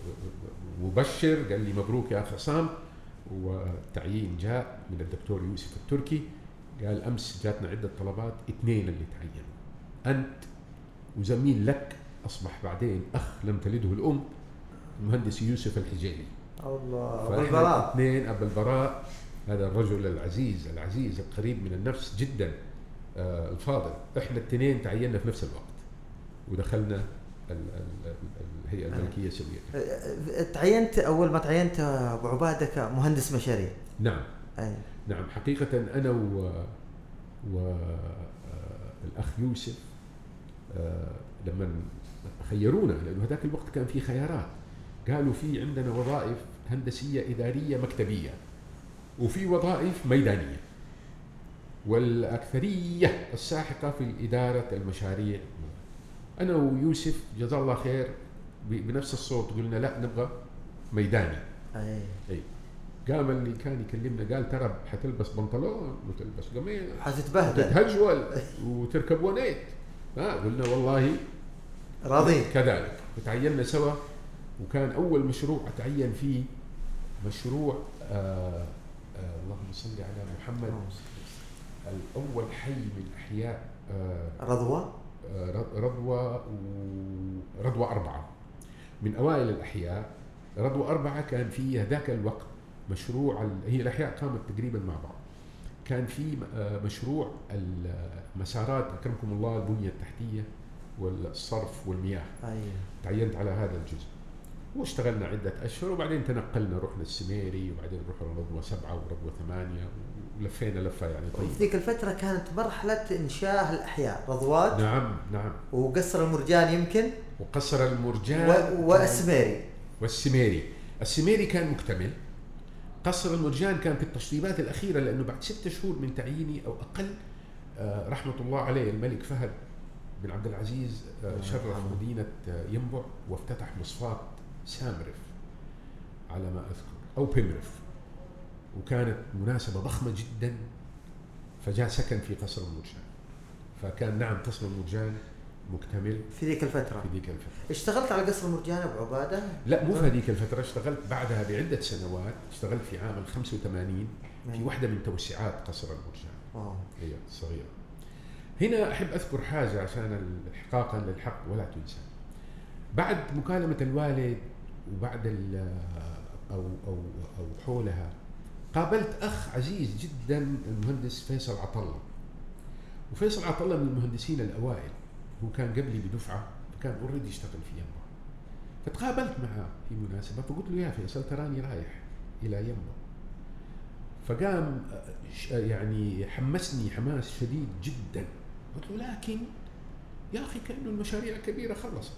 مبشر، قال لي مبروك يا أخ عصام، والتعيين جاء من الدكتور يوسف التركي. قال أمس جاتنا عدة طلبات، 2 اللي تعينوا، أنت وزميل لك أصبح بعدين أخ لم تلده الأم، المهندس يوسف الحجيلي. الله. أبو البراء. 2 أبو البراء، هذا الرجل العزيز القريب من النفس جدا، الفاضل. إحنا 2 تعيننا في نفس الوقت ودخلنا الهيئة الملكية السورية. تعينت أول ما تعينت أبو عبادة كمهندس مشاريع. نعم. نعم حقيقة أنا والأخ يوسف لما خيرونا، لأنه هذاك الوقت كان في خيارات، قالوا في عندنا وظائف هندسية إدارية مكتبية وفي وظائف ميدانية، والأكثرية الساحقة في إدارة المشاريع. أنا ويوسف جزاه الله خير بنفس الصوت قلنا لا نبغى ميداني. أي. قام اللي كان يكلمنا قال ترى حتلبس بنطلون وتلبس قميص حتتبهدل وتتهجول وتركب ونيت. قلنا والله راضين كذلك. وتعيننا سوا، وكان أول مشروع أتعين فيه مشروع اللهم صل على محمد، الأول حي من أحياء رضوى 4 من أوائل الأحياء. رضوى 4 كان فيه ذاك الوقت مشروع، هي الأحياء قامت تقريبا مع بعض، كان في مشروع المسارات أكرمكم الله، البنية التحتية والصرف والمياه. تعينت على هذا الجزء واشتغلنا عدة أشهر، وبعدين تنقلنا رحنا السميري، وبعدين رحنا رضوى 7 ورضوى 8 ولفينا لفة يعني طيبة. وفي ذيك الفترة كانت مرحلة إنشاء الأحياء، رضوات. نعم. وقصر المرجان يمكن. وقصر المرجان والسميري. السميري كان مكتمل. قصر المرجان كان في التشطيبات الأخيرة، لأنه بعد 6 شهور من تعييني أو أقل رحمة الله عليه الملك فهد بن عبد العزيز شرف مدينة ينبع وافتتح مصفاة سامرف على ما أذكر أو بيمرف، وكانت مناسبة ضخمة جدا، فجاء سكن في قصر المرجان. فكان نعم قصر المرجان مكتمل في ذيك الفترة. اشتغلت على قصر المرجان أبو عبادة؟ لا مو في هذيك الفترة، اشتغلت بعدها بعدة سنوات. اشتغلت في عام 85 في واحدة من توسعات قصر المرجان. هي الصغيرة. هنا أحب أذكر حاجة عشان إحقاقا للحق ولا تنسى. بعد مكالمة الوالد وبعد أو حولها، قابلت أخ عزيز جدا المهندس فيصل عطلة. وفيصل عطلة من المهندسين الأوائل، هو كان قبلي بدفعة، فكان أوريدي يشتغل في ينبع. فتقابلت معه في مناسبة، فقلت له يا فيصل تراني رايح إلى ينبع. فقام يعني حمسني حماس شديد جدا. قلت له لكن يا أخي كأنه المشاريع كبيرة خلصت،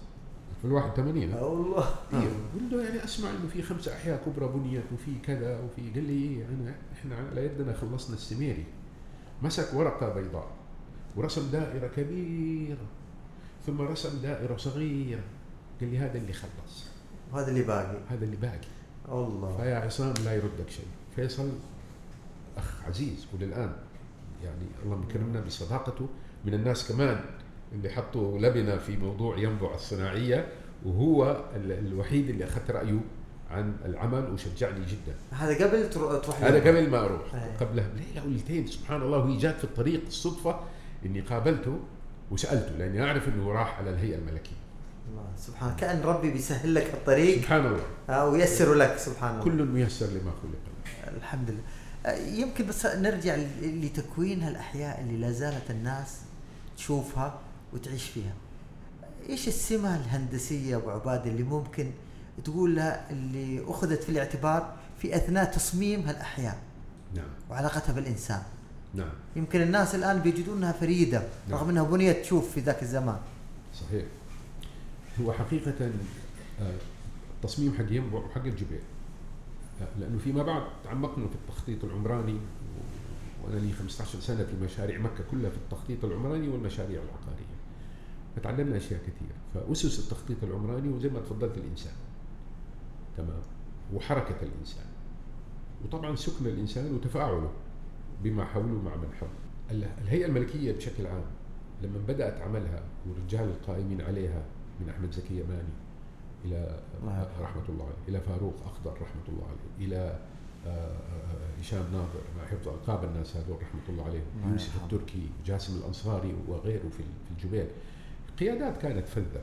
في 81. والله. قلت له يعني اسمع انه في 5 احياء كبرى بنيت وفي كذا وفي، قال لي احنا على يدنا خلصنا السميري. مسك ورقه بيضاء ورسم دائره كبيره ثم رسم دائره صغيره، قال لي هذا اللي خلص وهذا اللي باقي. هذا اللي باقي. الله. فيا عصام لا يردك شيء. فيصل اخ عزيز وللان يعني الله مكرمنا بصداقته، من الناس كمان اللي حطوا لبنه في موضوع ينبع الصناعيه، وهو الوحيد اللي اخذت رايه عن العمل وشجعني جدا. هذا قبل تروح؟ هذا قبل ما اروح، قبلها بليله او ليلتين سبحان الله، وهي جات في الطريق الصدفه اني قابلته وسالته لاني اعرف انه راح على الهيئه الملكيه. الله سبحان، كأن ربي بيسهل لك الطريق سبحان الله، وييسر لك سبحان الله. كل ميسر لما خلق له. الحمد لله. يمكن بس نرجع لتكوين هالأحياء اللي لا زالت الناس تشوفها وتعيش فيها. إيش السمة الهندسية أبو عباد اللي ممكن تقول لها اللي أخذت في الاعتبار في أثناء تصميم هالأحياء؟ نعم. وعلاقتها بالإنسان. نعم. يمكن الناس الآن بيجدونها فريدة. نعم. رغم أنها بنيت تشوف في ذاك الزمان. صحيح. هو حقيقة التصميم حق ينبع وحق الجبيل، لأنه فيما بعد تعمقنا في التخطيط العمراني، وأنا لي 15 سنة في مشاريع مكة كلها في التخطيط العمراني والمشاريع العقارية، فتعلمنا أشياء كثيرة. فأسس التخطيط العمراني وزي ما تفضلت الإنسان، تمام، وحركة الإنسان، وطبعا سكن الإنسان وتفاعله بما حوله مع من حوله. الهيئة الملكية بشكل عام لما بدأت عملها والرجال القائمين عليها من أحمد زكي يماني إلى رحمة الله عليه، إلى فاروق أخضر رحمة الله عليه، إلى هشام ناظر مع حفظ ألقاب الناس هذول رحمة الله عليهم، يوسف التركي، جاسم الأنصاري وغيره في الجبيل، قيادات كانت فذة.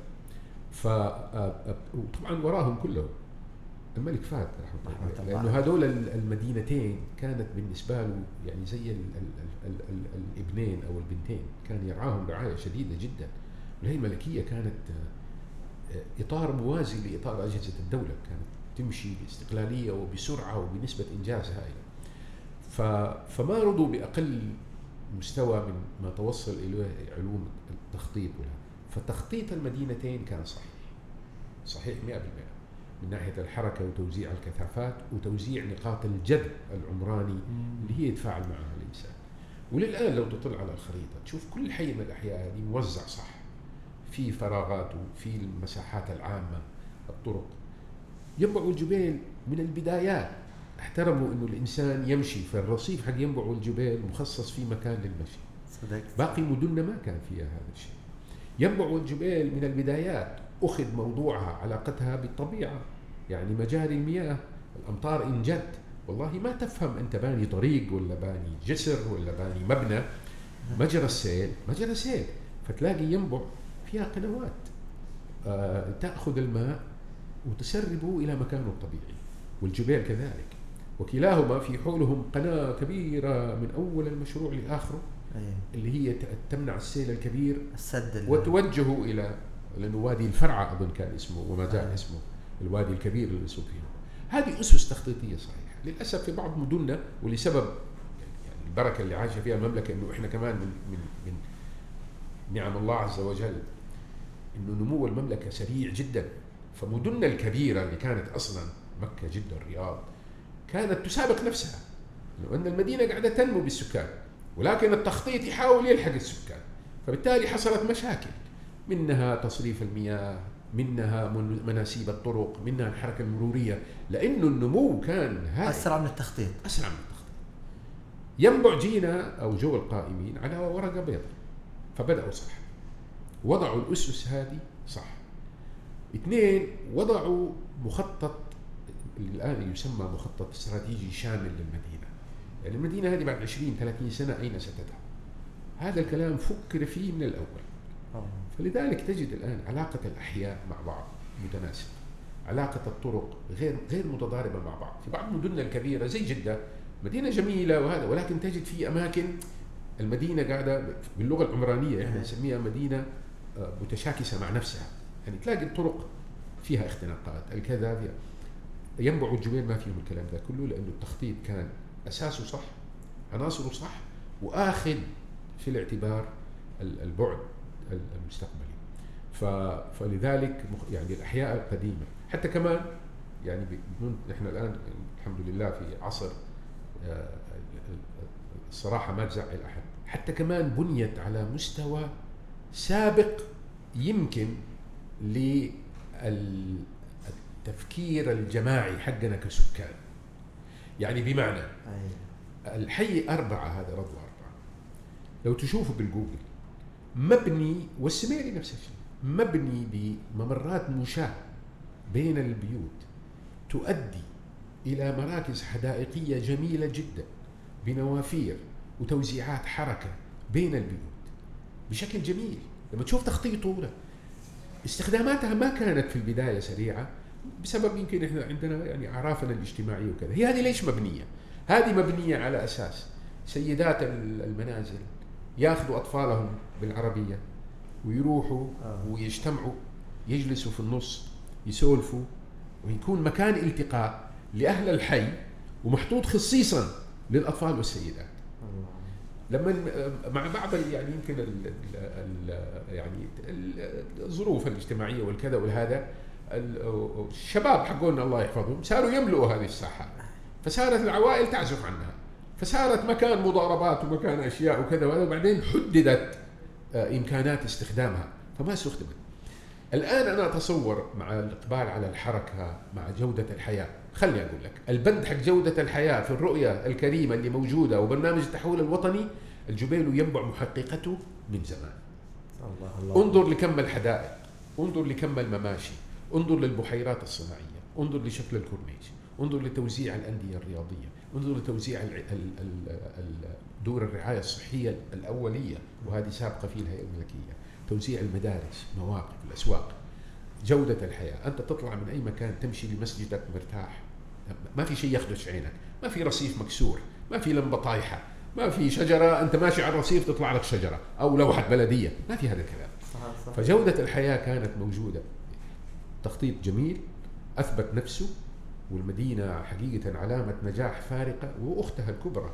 وطبعا وراهم كلهم الملك فهد رحمه الله، لأنه هذول المدينتين كانت بالنسبة له يعني زي الابنين أو البنتين، كان يرعاهم رعاية شديدة جدا. والهيئة الملكية كانت إطار موازي لإطار أجهزة الدولة، كانت تمشي باستقلالية وبسرعة وبنسبة إنجاز هائلة. فما رضوا بأقل مستوى من ما توصل إليه علوم التخطيط فتخطيط المدينتين كان صحيح 100% من ناحية الحركة وتوزيع الكثافات وتوزيع نقاط الجذب العمراني اللي هي يتفاعل معها الإنسان. وللآن لو تطلع على الخريطة تشوف كل حي من الأحياء هذه موزع صح، في فراغات وفي المساحات العامة، الطرق. ينبع والجبيل من البدايات احترموا إنه الإنسان يمشي، فالرصيف حق ينبع والجبيل مخصص في مكان للمشي. باقي مدننا ما كان فيها هذا الشيء. ينبع والجبيل من البدايات أخذ موضوعها علاقتها بالطبيعة، يعني مجاري المياه، الأمطار إن جت والله ما تفهم أنت باني طريق ولا باني جسر ولا باني مبنى، مجرى السيل مجرى سيل، فتلاقي ينبع فيها قنوات تأخذ الماء وتسربه إلى مكانه الطبيعي، والجبيل كذلك، وكلاهما في حولهم قناة كبيرة من أول المشروع لآخره اللي هي تمنع السيل الكبير وتوجهه إلى، لأنه وادي الفرعة أظن كان اسمه وما زال اسمه الوادي الكبير اللي يصب فيه. هذه أسس تخطيطية صحيحة. للأسف في بعض مدننا ولسبب يعني البركة اللي عايشة فيها المملكة، إنه إحنا كمان من نعم الله عز وجل إنه نمو المملكة سريع جدا، فمدننا الكبيرة اللي كانت أصلا مكة جدة الرياض كانت تسابق نفسها، لأن المدينة قاعدة تنمو بالسكان ولكن التخطيط يحاول يلحق السكان، فبالتالي حصلت مشاكل، منها تصريف المياه، منها مناسيب الطرق، منها الحركة المرورية، لأنه النمو كان أسرع من التخطيط. ينبع جينا أو جو القائمين على ورقة بيضاء، فبدأوا صح، وضعوا الأسس هذه صح. 2 وضعوا مخطط اللي الآن يسمى مخطط استراتيجي شامل للمدينة، يعني المدينة هذه بعد 20-30 سنة أين ستذهب؟ هذا الكلام فكر فيه من الأول. فلذلك تجد الآن علاقة الأحياء مع بعض متناسبة، علاقة الطرق غير متضاربة مع بعض. في بعض مدننا الكبيرة زي جدة مدينة جميلة وهذا، ولكن تجد في أماكن المدينة قاعدة باللغة العمرانية احنا نسميها مدينة متشاكسة مع نفسها، يعني تلاقي الطرق فيها اختناقات الكذا فيها. ينبع والجبيل ما فيهم الكلام ذا كله، لأنه التخطيط كان أساسه صح، عناصره صح، وآخذ في الاعتبار البعد المستقبلي. فلذلك يعني الأحياء القديمة حتى كمان يعني نحن الآن الحمد لله في عصر الصراحة ما تزعل أحد، حتى كمان بنيت على مستوى سابق يمكن للتفكير الجماعي حقنا كسكان. يعني بمعنى الحي 4 هذا رضوى 4 لو تشوفوا بالجوجل مبني، والسميري نفس الشيء، مبني بممرات مشاة بين البيوت تؤدي إلى مراكز حدائقية جميلة جدا بنوافير وتوزيعات حركة بين البيوت بشكل جميل. لما تشوف تخطيطه استخداماتها ما كانت في البداية سريعة بسبب يمكن إحنا عندنا يعني أعرافنا الاجتماعية وكذا. هي هذه ليش مبنية؟ هذه مبنية على أساس سيدات المنازل ياخذوا أطفالهم بالعربية ويروحوا ويجتمعوا، يجلسوا في النص يسولفوا، ويكون مكان التقاء لأهل الحي ومحطوط خصيصا للأطفال والسيدات. لما مع بعض يعني يمكن يعني الظروف الاجتماعية والكذا والهذا، الشباب حقولنا الله يحفظهم صاروا يملؤوا هذه الساحات، فصارت العوائل تعزف عنها، فصارت مكان مضاربات ومكان أشياء وكذا وهذا، وبعدين حددت إمكانات استخدامها فما استخدمت. الآن أنا أتصور مع الإقبال على الحركة مع جودة الحياة، خلي أقول لك البند حق جودة الحياة في الرؤية الكريمة اللي موجودة وبرنامج التحول الوطني، الجبيل ينبع محققته من زمان. الله. انظر لكم الحدائق، انظر لكم المماشي، انظر للبحيرات الصناعية، انظر لشكل الكورنيش، انظر لتوزيع الأندية الرياضية، انظر لتوزيع دور الرعاية الصحية الأولية وهذه سابقة في الهيئة الملكية، توزيع المدارس، مواقف، الأسواق، جودة الحياة. أنت تطلع من أي مكان تمشي لمسجدك مرتاح، ما في شيء يخدش عينك، ما في رصيف مكسور، ما في لمبة طايحة، ما في شجرة أنت ماشي على الرصيف تطلع لك شجرة أو لوحة بلدية، ما في هذا الكلام. صح. فجودة الحياة كانت موجودة، تخطيط جميل أثبت نفسه، والمدينة حقيقة علامة نجاح فارقة، وأختها الكبرى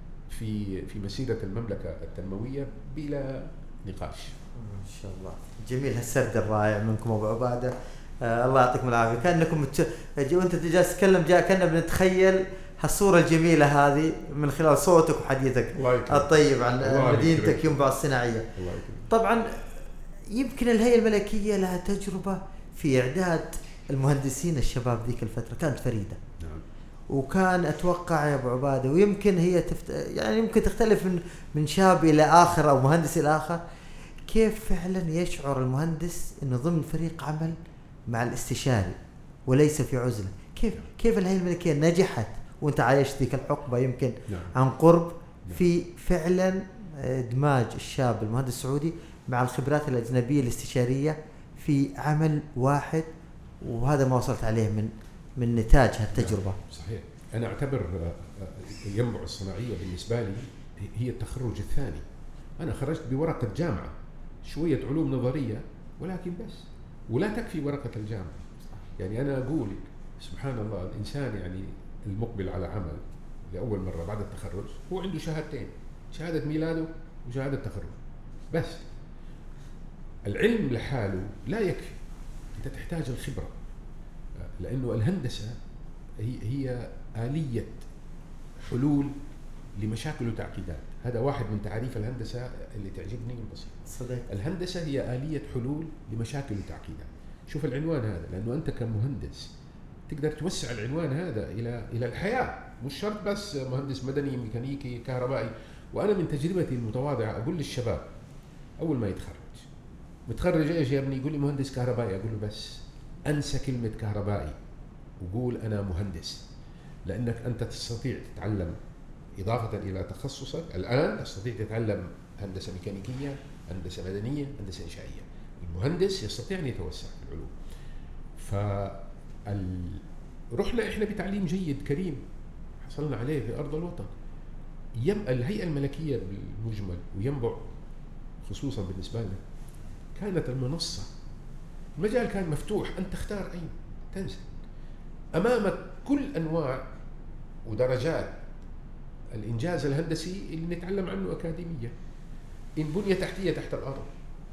في مسيرة المملكة التنموية بلا نقاش. إن شاء الله. جميل هالسرد الرائع منكم أبو عبادة، الله يعطيكم العافية. كأنكم وأنت جالس تتكلم كأننا بنتخيل هالصورة الجميلة هذه من خلال صوتك وحديثك الطيب عن مدينتك ينبع الصناعية. طبعا يمكن الهيئة الملكية لها تجربة في إعداد المهندسين الشباب ذيك الفترة كانت فريدة. نعم. وكان أتوقع يا أبو عبادة، ويمكن هي يعني يمكن تختلف من شاب إلى آخر أو مهندس إلى آخر، كيف فعلا يشعر المهندس إنه ضمن فريق عمل مع الاستشاري وليس في عزلة. كيف الهيئة الملكية نجحت وانت عايش ذيك الحقبة يمكن عن قرب في فعلا إدماج الشاب المهندس السعودي مع الخبرات الأجنبية الاستشارية في عمل واحد، وهذا ما وصلت عليه من نتاج هالتجربة. صحيح. أنا أعتبر ينبع الصناعية بالنسبة لي هي التخرج الثاني. أنا خرجت بورقة جامعة، شوية علوم نظرية ولكن بس، ولا تكفي ورقة الجامعة. يعني أنا أقول سبحان الله، الإنسان يعني المقبل على عمل لأول مرة بعد التخرج هو عنده شهادتين، شهادة ميلاده وشهادة تخرج بس. العلم لحاله لا يكفي، أنت تحتاج الخبرة، لأنه الهندسة هي آلية حلول لمشاكل وتعقيدات. هذا واحد من تعريف الهندسة اللي تعجبني البسيط. الهندسة هي آلية حلول لمشاكل وتعقيدات. شوف العنوان هذا، لأنه أنت كمهندس تقدر توسع العنوان هذا إلى الحياة، مش شرط بس مهندس مدني ميكانيكي كهربائي. وأنا من تجربتي المتواضعة أقول للشباب أول ما متخرج إيش يا ابني؟ يقول لي مهندس كهربائي. أقول له بس أنسى كلمة كهربائي وقول أنا مهندس، لأنك أنت تستطيع تتعلم إضافة إلى تخصصك. الآن تستطيع تتعلم هندسة ميكانيكية، هندسة مدنية، هندسة إنشائية. المهندس يستطيع أن يتوسع في العلوم. رحنا إحنا بتعليم جيد كريم حصلنا عليه في أرض الوطن. الهيئة الملكية بالمجمل وينبع خصوصا بالنسبة لنا كانت المنصة، المجال كان مفتوح، أنت تختار أين تنزل، أمامك كل أنواع ودرجات الإنجاز الهندسي اللي نتعلم عنه أكاديميا. إن بنية تحتية تحت الأرض،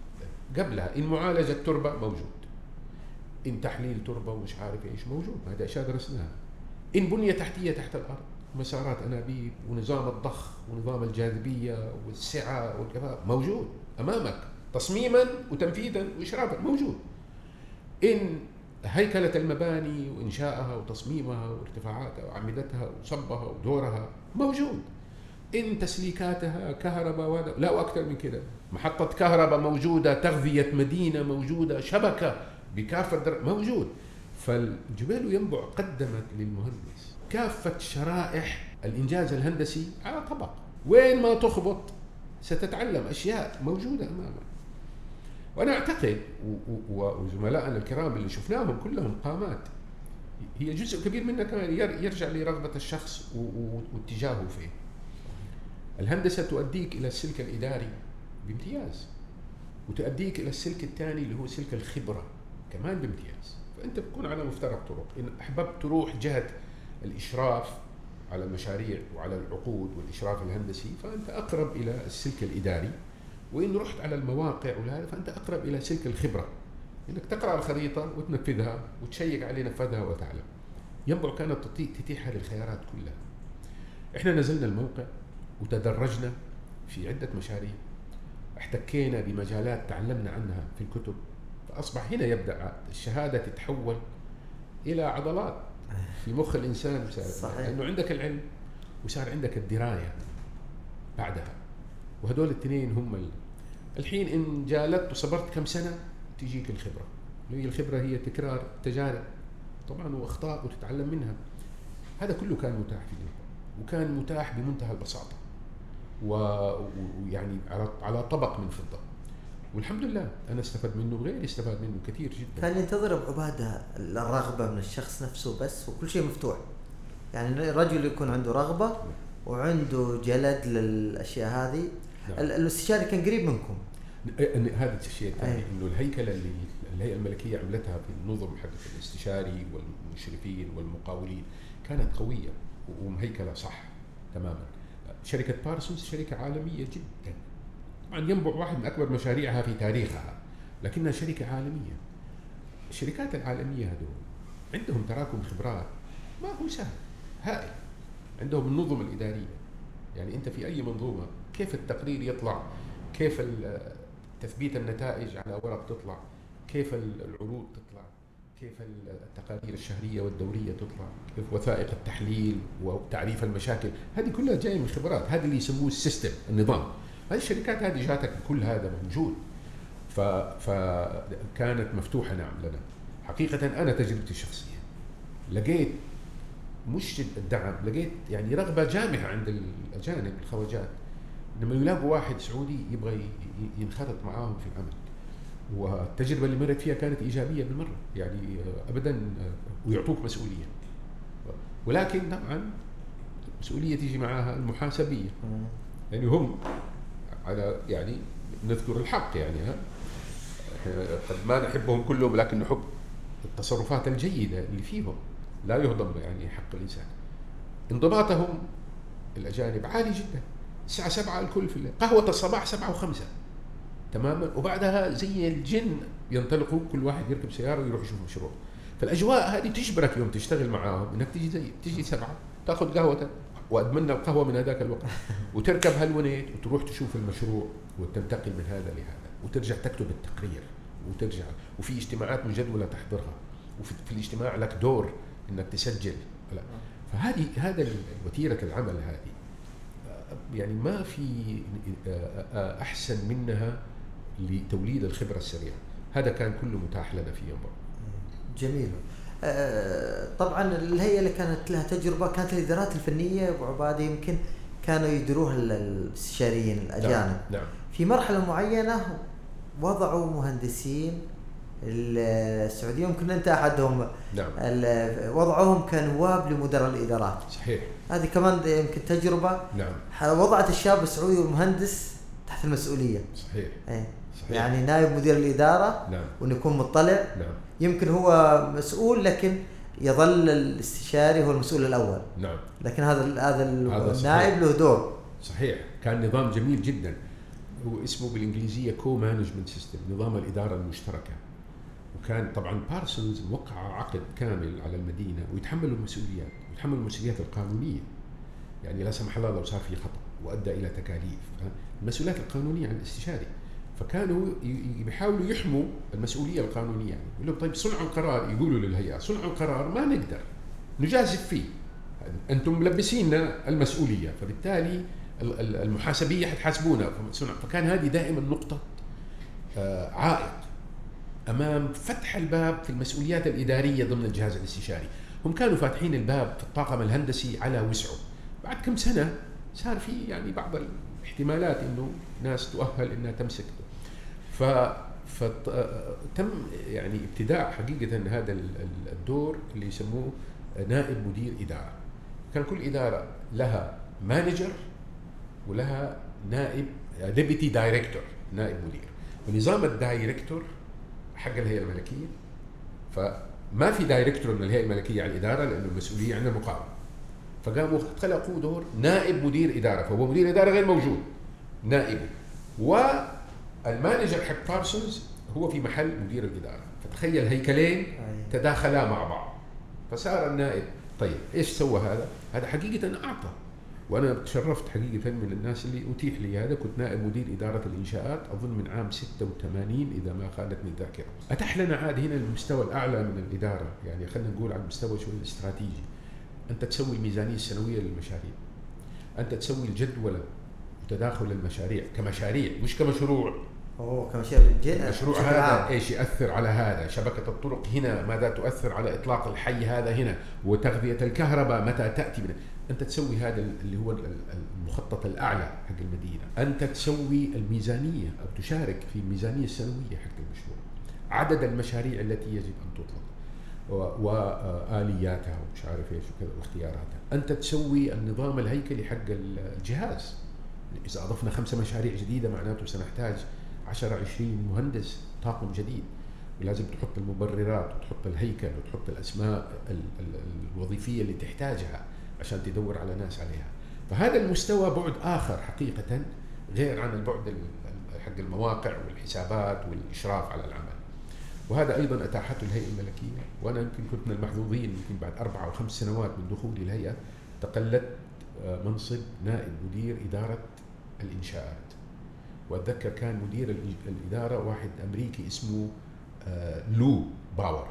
قبلها. إن معالجة تربة موجود، إن تحليل تربة ومش عارف إيش موجود، هذا أشياء درسناها. إن بنية تحتية تحت الأرض، مسارات أنابيب ونظام الضخ ونظام الجاذبية والسعة والكفاءة موجود أمامك، تصميما وتنفيذا وإشرافا موجود. إن هيكلة المباني وإنشائها وتصميمها وارتفاعاتها وأعمدتها وصبها ودورها موجود. إن تسليكاتها كهرباء لا وأكثر من كده، محطة كهرباء موجودة، تغذية مدينة موجودة، شبكة بكافة موجود. فالجبال ينبع قدمت للمهندس كافة شرائح الإنجاز الهندسي على طبق، وين ما تخبط ستتعلم أشياء موجودة أمامك. وأنا أعتقد وزملائنا الكرام اللي شفناهم كلهم قامات، هي جزء كبير منها كمان يرجع لرغبة الشخص واتجاهه فيه. الهندسة تؤديك إلى السلك الإداري بامتياز، وتؤديك إلى السلك الثاني اللي هو سلك الخبرة كمان بامتياز. فأنت بتكون على مفترق طرق. إن أحببت تروح جهة الإشراف على المشاريع وعلى العقود والإشراف الهندسي فأنت أقرب إلى السلك الإداري، وإن رحت على المواقع وهذا فأنت أقرب إلى سلك الخبرة، إنك تقرأ الخريطة وتنفذها وتشيك على نفذها وتعلم. ينبع كانت تتيح هذه الخيارات كلها. إحنا نزلنا الموقع وتدرجنا في عدة مشاريع، احتكينا بمجالات تعلمنا عنها في الكتب، فأصبح هنا يبدأ الشهادة تتحول إلى عضلات في مخ الإنسان. لأنه عندك العلم وصار عندك الدراية بعدها، وهدول الاثنين هم الحين إن جالت وصبرت كم سنة تجيك الخبرة. الخبرة هي تكرار تجارب طبعا وأخطاء وتتعلم منها. هذا كله كان متاح في اليوم، وكان متاح بمنتهى البساطة ويعني على طبق من فضة، والحمد لله أنا استفدت منه وغيري استفاد منه كثير جدا. كان ينتظر بعبادة الرغبة من الشخص نفسه بس، وكل شيء مفتوح. يعني الرجل يكون عنده رغبة وعنده جلد للأشياء هذه. الاستشاري كان قريب منكم. هذا الشيء الثاني، إنه الهيكلة اللي الهيئة الملكية عملتها في النظم حق الاستشاري والمشرفين والمقاولين كانت قوية ومهيكلة صح تماما. شركة بارسونز شركة عالمية جدا، طبعا ينبع واحد من أكبر مشاريعها في تاريخها، لكنها شركة عالمية. الشركات العالمية هذول عندهم تراكم خبرات ما هو سهل، هائل. عندهم النظم الإدارية، يعني أنت في أي منظومة كيف التقرير يطلع، كيف تثبيت النتائج على ورق تطلع، كيف العروض تطلع، كيف التقارير الشهرية والدورية تطلع، كيف وثائق التحليل وتعريف المشاكل. هذه كلها جاية من خبرات، هذا اللي يسموه السيستم، النظام. هذه الشركات هذه جاتك كل هذا موجود، فكانت مفتوحة نعم لنا. حقيقة أنا تجربتي الشخصية لقيت مش الدعم، لقيت يعني رغبة جامحة عند الأجانب الخواجات لما يلاقوا واحد سعودي يبغى ينخرط معاهم في العمل. والتجربة اللي مرت فيها كانت إيجابية بالمرة، يعني أبدا، ويعطوك مسؤولية، ولكن طبعا مسؤولية تيجي معها المحاسبية، يعني هم على يعني نذكر الحق، يعني قد ما نحبهم كلهم لكن نحب التصرفات الجيدة اللي فيهم، لا يهضم يعني حق الإنسان. انضباطهم الأجانب عالي جدا، الساعة 7 الكل في الليل، قهوة الصباح 7 و5 تماما، وبعدها زي الجن ينطلقوا كل واحد يركب سيارة ويروح يشوف مشروع. فالأجواء هذه تجبرك يوم تشتغل معاهم إنك تجي 7 تأخذ قهوتك، وأدمنا القهوة من هذاك الوقت، وتركب هالونيت وتروح تشوف المشروع وتنتقل من هذا لهذا، وترجع تكتب التقرير وترجع، وفي اجتماعات مجدولة تحضرها، وفي الاجتماع لك دور إنك تسجل. هذا وتيرة العمل هذه يعني ما في أحسن منها لتوليد الخبرة السريعة. هذا كان كله متاح لنا في ينبع. جميل. طبعا الهيئة اللي كانت لها تجربة كانت الإدارات الفنية وعبادة يمكن كانوا يدروها الاستشاريين الأجانب. نعم. في مرحلة معينة وضعوا مهندسين السعودية، يمكن أنت أحدهم. نعم. وضعوهم كنواب لمدراء الإدارات. صحيح. هذه كمان يمكن تجربة. نعم. وضعت الشاب السعودي والمهندس تحت المسؤولية. صحيح. صحيح. يعني نائب مدير الإدارة. نعم. ونكون مطلع. نعم. يمكن هو مسؤول لكن يظل الاستشاري هو المسؤول الأول. نعم. لكن هذا النائب له دور. صحيح. كان نظام جميل جدا. هو اسمه بالإنجليزية كو مانجمنت سيستم، نظام الإدارة المشتركة. وكان طبعا بارسونز وقع عقد كامل على المدينة ويتحمل المسؤوليات القانونية. يعني لا سمح الله لو صار في خطأ وأدى إلى تكاليف، المسؤوليات القانونية عن الاستشاري. فكانوا بيحاولوا يحموا المسؤولية القانونية. يعني يقول لهم طيب صنعوا القرار، يقولوا للهيئة صنعوا القرار ما نقدر نجازف فيه، أنتم ملبسيننا المسؤولية، فبالتالي المحاسبية حتحاسبونا. فكان هذه دائما نقطة عائق أمام فتح الباب في المسؤوليات الإدارية ضمن الجهاز الاستشاري. هم كانوا فاتحين الباب في الطاقم الهندسي على وسعه. بعد كم سنة صار في يعني بعض الاحتمالات إنه ناس تؤهل إنها تمسك. فتم يعني ابتداء حقيقة هذا الدور اللي يسموه نائب مدير إدارة. كان كل إدارة لها مانجر ولها نائب ديبيتي دايركتور، نائب مدير. ونظام الدايركتور حق الهيئة الملكية، فما في دايركتور من الهيئة الملكية على الإدارة لأنه المسؤولية عند المقاومة. فقاموا خلقوا دور نائب مدير إدارة، فهو مدير إدارة غير موجود، نائبه. والمانجر حق بارسونز هو في محل مدير الإدارة. فتخيل هيكلين تداخلا مع بعض، فصار النائب. طيب إيش سوى هذا؟ هذا حقيقة أعطى، وأنا تشرفت حقيقة من الناس اللي أتيح لي هذا. كنت نائب مدير إدارة الإنشاءات أظن من عام 86 إذا ما خانتني الذاكرة. أتاح لنا عاد هنا المستوى الأعلى من الإدارة، يعني خلينا نقول على المستوى شوي الاستراتيجي. أنت تسوي الميزانية السنوية للمشاريع، أنت تسوي الجدول وتداخل المشاريع كمشاريع مش كمشروع. مشروع هذا ايش يأثر على هذا، شبكة الطرق هنا ماذا تؤثر على إطلاق الحي هذا هنا، وتغذية الكهرباء متى تأتي من. أنت تسوي هذا اللي هو المخطط الأعلى حق المدينة. أنت تسوي الميزانية أو تشارك في الميزانية السنوية حق المشروع، عدد المشاريع التي يجب أن تطلق وآلياتها ومش عارف ايش وكذا واختياراتها. أنت تسوي النظام الهيكلي حق الجهاز. إذا أضفنا 5 مشاريع جديدة معناته سنحتاج 10-20 مهندس طاقم جديد، ولازم تحط المبررات وتحط الهيكل وتحط الأسماء الوظيفية اللي تحتاجها عشان تدور على ناس عليها. فهذا المستوى بعد آخر حقيقة غير عن البعد حق المواقع والحسابات والإشراف على العمل. وهذا أيضا أتاحته الهيئة الملكية. وأنا يمكن كنت من المحظوظين، يمكن بعد 4 أو 5 سنوات من دخولي الهيئة تقلدت منصب نائب مدير إدارة الإنشاءات. وأتذكر كان مدير الإدارة واحد أمريكي اسمه لو باور،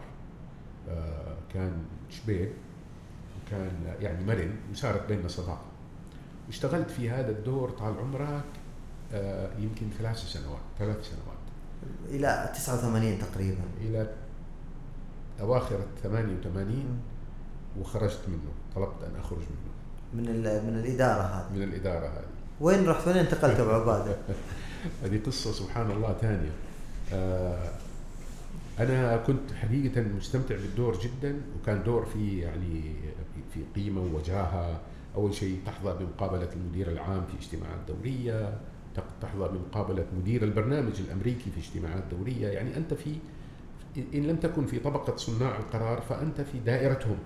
كان شبيب وكان يعني مرن، وصارت بيننا صداقة. واشتغلت في هذا الدور طال عمرك يمكن 3 سنوات إلى 89 تقريبا، إلى أواخر 88 وخرجت منه، طلبت أن أخرج منه من الإدارة هذه. وين رحت؟ وين انتقلت أبو عبادة؟ هذه قصة سبحان الله ثانية. أنا كنت حقيقة مستمتع بالدور جدا، وكان دور فيه يعني في قيمة ووجاهة. أول شيء تحظى بمقابلة المدير العام في اجتماعات دورية، تحظى بمقابلة مدير البرنامج الأمريكي في اجتماعات دورية. يعني أنت إن لم تكن في طبقة صناع القرار فأنت في دائرتهم.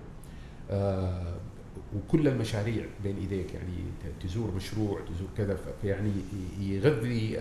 وكل المشاريع بين إيديك، يعني تزور مشروع تزور كذا، فيعني يغذي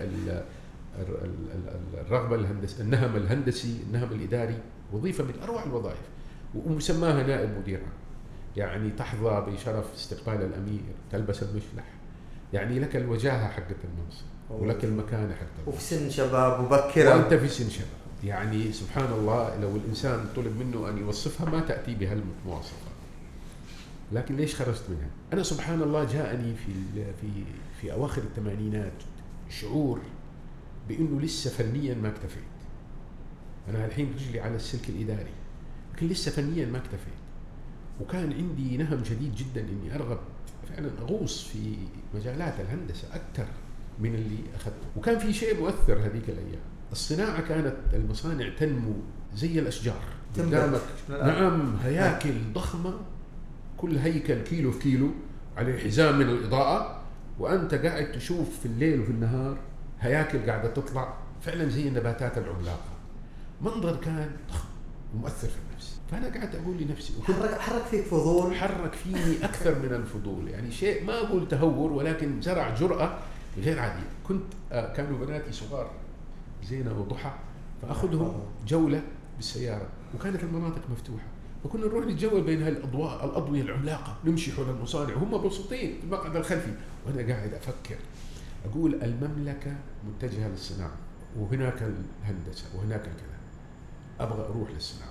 الرغبة النهم الهندسي، النهم الإداري. وظيفة من أروع الوظائف، ومسماها نائب مدير عام. يعني تحظى بشرف استقبال الأمير، تلبس المشلح، يعني لك الوجاهة حقة المنصب ولك المكانة حقة المنصب، وفي سن شباب مبكرة، وأنت في سن شباب. يعني سبحان الله لو الإنسان طلب منه أن يوصفها ما تأتي بها المواصفة. لكن ليش خرجت منها؟ أنا سبحان الله جاءني في أواخر الثمانينات شعور بأنه لسه فنيا ما اكتفيت. أنا الحين رجلي على السلك الإداري، لكن لسه فنيا ما اكتفيت. وكان عندي نهم شديد جدا إني أرغب فعلا أغوص في مجالات الهندسة أكثر من اللي أخذته. وكان في شيء مؤثر هذيك الأيام، الصناعة كانت المصانع تنمو زي الأشجار قدامك. نعم، هياكل ضخمة، كل هيكل كيلو في كيلو، عليه حزام من الإضاءة، وأنت قاعد تشوف في الليل وفي النهار هياكل قاعدة تطلع فعلا زي النباتات العملاقة. منظر كان ضخم ومؤثر في النفس. فأنا قاعد أقول لنفسي، حرك فيك فضول، حرك فيني أكثر من الفضول. يعني شيء ما أقول تهور، ولكن زرع جرأة غير عادية. كنت كانوا بناتي صغار زينة وضحى، فأخذهم جولة بالسيارة وكانت المناطق مفتوحة، فكنا نروح نتجول بين الأضوية العملاقة، نمشي حول المصانع وهم مبسوطين في المقعد الخلفي، وأنا قاعد أفكر أقول المملكة متجهة للصناعة، وهناك الهندسة وهناك الكلام، أبغى أروح للصناعة.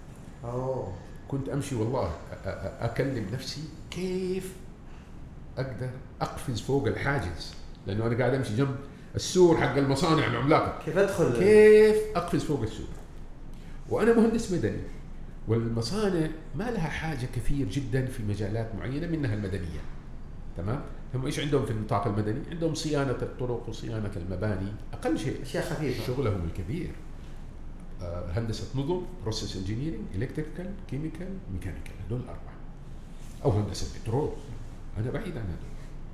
كنت أمشي والله أكلم نفسي كيف أقدر أقفز فوق الحاجز، لأنه أنا قاعد أمشي جنب السور حق المصانع العملاقة، كيف أدخل، كيف أقفز فوق السور. وأنا مهندس مدني، والمصانع ما لها حاجة كثير جدا في مجالات معينة منها المدنية، تمام؟ هم إيش عندهم في النطاق المدني؟ عندهم صيانة الطرق وصيانة المباني، أقل شيء أشياء خفيفة. شغلهم الكبير هندسة نظم، بروسيس انجينيرنج، الكتريكال، كيميكال، ميكانيكال، هذول الأربعة، أو هندسة بترول. أنا بعيد عن هذول.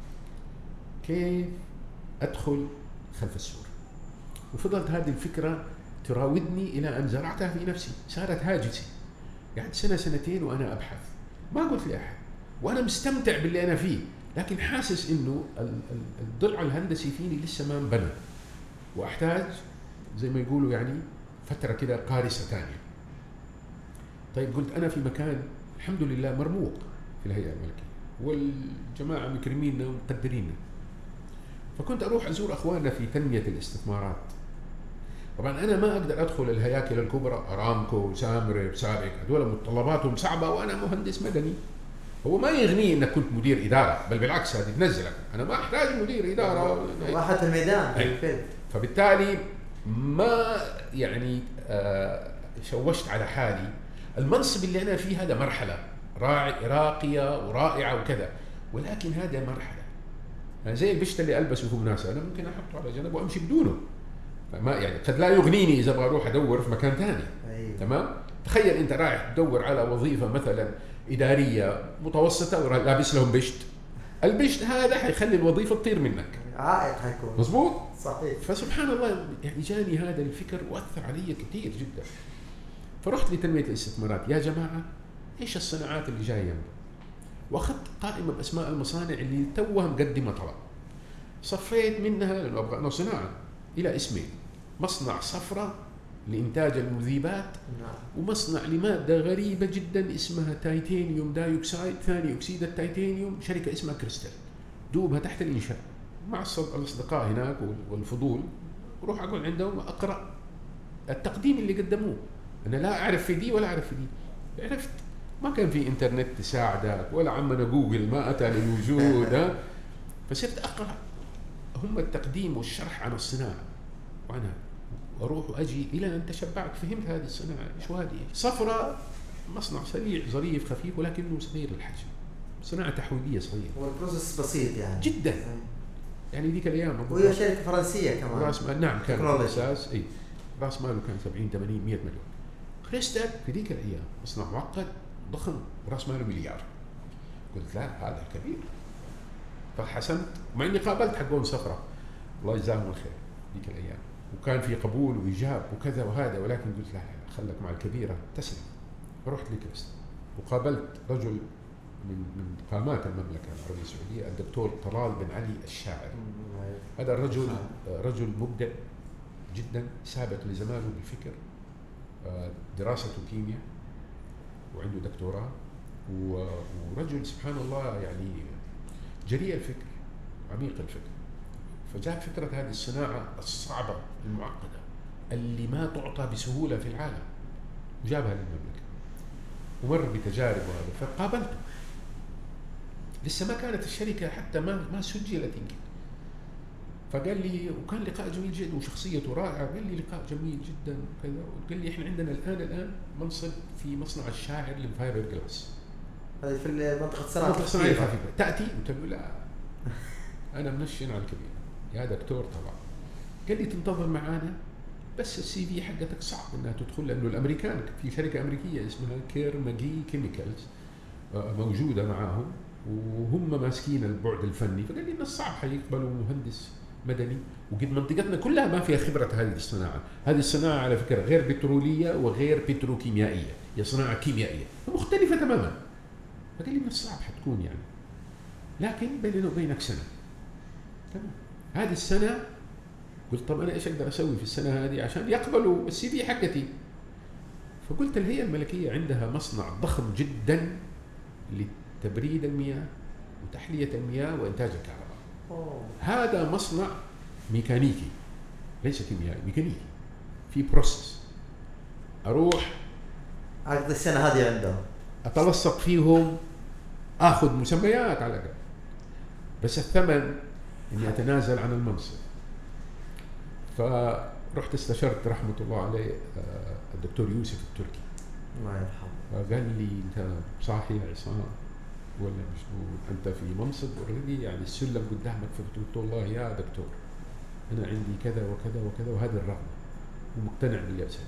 كيف أدخل خلف السور؟ وفضلت هذه الفكرة تراودني إلى أن زرعتها في نفسي، صارت هاجسي. قعدت سنة سنتين وأنا أبحث، ما قلت لأحد، وأنا مستمتع باللي أنا فيه، لكن حاسس إنه الضلع الهندسي فيني لسه ما انبنى، وأحتاج زي ما يقولوا يعني فترة كده قارصة ثانية. طيب قلت أنا في مكان الحمد لله مرموق في الهيئة الملكية، والجماعة مكرميننا ومقدريننا، فكنت أروح أزور أخواننا في تنمية الاستثمارات. طبعا أنا ما أقدر أدخل الهياكل الكبرى، أرامكو، سامري، سابق، هذول متطلباتهم صعبة، وأنا مهندس مدني. هو ما يغني إنك كنت مدير إدارة، بل بالعكس هذه تنزلك، أنا ما أحتاج مدير إدارة، واحد الميدان. فبالتالي ما يعني شوشت على حالي. المنصب اللي أنا فيه هذا مرحلة راقية ورائعة وكذا، ولكن هذا مرحلة، يعني زي البشت اللي ألبسه في مناسبة أنا ممكن أحطه على جنب وأمشي بدونه، ما يعني قد لا يغنيني إذا أبغى أروح أدور في مكان ثاني. أيوة. تمام؟ تخيل أنت رايح تدور على وظيفة مثلا إدارية متوسطة ولابس لهم بشت، البشت هذا حيخلي الوظيفة تطير منك، عائق حيكون. مظبوط؟ صحيح. فسبحان الله يعني جاني هذا الفكر وأثر علي كثير جدا. فرحت لتنمية الاستثمارات، يا جماعة إيش الصناعات اللي جاية، وأخذت قائمة بأسماء المصانع اللي توها مقدمة طلب، صفيت منها لأنه أبغى أنا صناعة إلى اسمين: مصنع صفرة لإنتاج المذيبات، ومصنع لمادة غريبة جدا اسمها تايتانيوم دايوكسايد، ثاني أكسيد التايتانيوم، شركة اسمها كريستال، دوبها تحت الإنشاء. مع الأصدقاء هناك والفضول وروح أقعد عندهم وأقرأ التقديم اللي قدموه. أنا لا أعرف في دي ولا أعرف في دي، عرفت ما كان في إنترنت تساعدك ولا عمنا جوجل ما أتى للوجود، فصرت أقرأ هم التقديم والشرح عن الصناعة وعنها، وأروح وأجي إلى أن تشبعت، فهمت هذه الصناعة إيش هذه. صفرة مصنع سريع ظريف خفيف ولكنه صغير الحجم، صناعة تحويلية صغيرة، والبروسس بسيط يعني جدا. يعني ذيك الأيام وهي شركة فرنسية كمان، راس مال، نعم كان الأساس راس ماله كان 70 80 100 مليون. كريستال في ذيك الأيام مصنع معقد ضخم وراس ماله مليار. قلت لا هذا كبير، فحسنت، مع اني قابلت حقون صفرة الله يجزاهم الخير ذيك الايام، وكان في قبول وايجاب وكذا وهذا، ولكن قلت لا خلك مع الكبيره تسلم. فرحت لكريستال وقابلت رجل من قامات المملكه العربيه السعوديه، الدكتور طلال بن علي الشاعر. هذا الرجل رجل مبدع جدا، سابق لزمانه بالفكر، دراسته كيمياء وعنده دكتوراه، ورجل سبحان الله يعني جريء الفكر، عميق الفكر. فجاء فكرة هذه الصناعة الصعبة المعقدة اللي ما تعطى بسهولة في العالم، وجابها للمملكة ومر بتجارب وهذا. فقابلته، لسه ما كانت الشركة حتى ما سجلت يمكن، فقال لي، وكان لقاء جميل جدا وشخصيته رائعة، قال لي لقاء جميل جدا وكذا، وقال لي احنا عندنا الآن منصب في مصنع الشاعر للفايبر جلاس، هذه في منطقة صناعة خفيفة. تأتي قلت له لا أنا منشن على الكبير يا دكتور طبعا. قال لي تنتظر معانا، بس السي في حقتك صعب انها تدخل، لانه الامريكان في شركه امريكيه اسمها كير ماجي كيميكالز موجوده معاهم وهم ماسكين البعد الفني. فقال لي ان الصعب حيقبلوا مهندس مدني، وقد منطقتنا كلها ما فيها خبره هذه الصناعه. هذه الصناعه على فكره غير بتروليه وغير بتروكيميائيه، هي صناعه كيميائيه مختلفه تماما. فقال لي من الصعب حتكون يعني، لكن بيننا وبينك سنه. تمام، هذه السنة قلت طب أنا إيش أقدر أسوي في السنة هذه عشان يقبلوا السي في حقتي؟ فقلت الهيئة الملكية عندها مصنع ضخم جدا لتبريد المياه وتحلية المياه وإنتاج الكهرباء. هذا مصنع ميكانيكي ليس كيميائي، ميكانيكي في بروسس. أروح عقد السنة هذه عندهم أتلصق فيهم، أخذ مسميات على الأقل، بس الثمن إني أتنازل عن المنصب. فرحت استشرت رحمة الله عليه الدكتور يوسف التركي، الله يرحمه، قال لي أنت صاحي يا عصام ولا مجنون؟ أنت في منصب اوريدي، يعني السلم قدامك. فقلت والله يا دكتور أنا عندي كذا وكذا وكذا وهذه الرغبة ومقتنع باللي أسويه.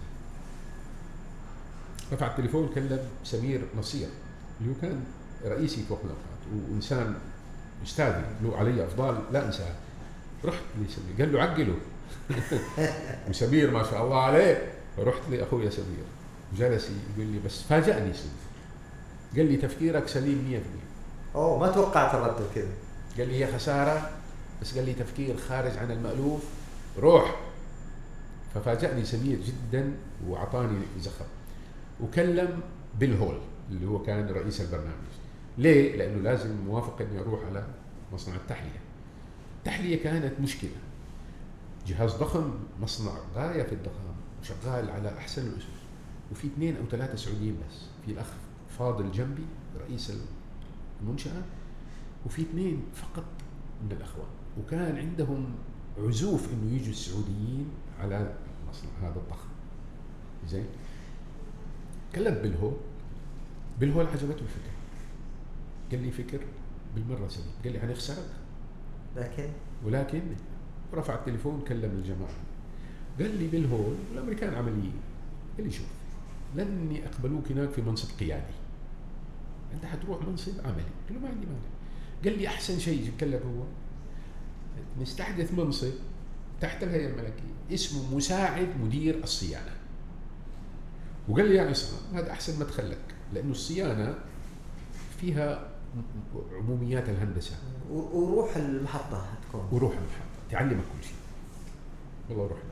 رفع التليفون كلم سمير نصير اللي هو كان رئيسي في وقت من الأوقات وإنسان أستاذي له علي أفضال لا أنساه. رحت لسمير قال له عقله وسمير ما شاء الله عليه. فرحت لأخوي سمير جلس يقول لي بس فاجأني سمير، قال لي تفكيرك سليم 100%. ما توقعت الرد كذا. قال لي هي خسارة بس قال لي تفكير خارج عن المألوف، روح. ففاجأني سمير جدا وعطاني زخم. وكلم بيل هول اللي هو كان رئيس البرنامج. ليه؟ لأنه لازم موافقة أني أروح على مصنع التحلية. التحلية كانت مشكلة، جهاز ضخم، مصنع غاية في الضخام وشغال على أحسن الأسس، وفي 2 أو 3 سعوديين بس، في الأخ فاضل جنبي رئيس المنشأة وفي 2 فقط من الأخوان، وكان عندهم عزوف إنه يجوا السعوديين على المصنع هذا الضخم. زين، كلمت بيل هول عجبته الفكرة، قال لي فكر بالمرة سليم، قال لي هنخسرك ولكن رفع التليفون كلم الجماعة، قال لي بيل هول والأمريكان عمليين، قال لي شوف لن يقبلوك هناك في منصب قيادي، أنت حتروح منصب عملي. قلت له ما عندي مانع. قال لي أحسن شيء جبت لك هو نستحدث منصب تحت الهيئة الملكية اسمه مساعد مدير الصيانة. وقال لي يا عصام هذا أحسن مدخل لك، لأنه الصيانة فيها عموميات الهندسة وروح المحطة هتكون وروح المحطة تعلمك كل شيء. والله رحنا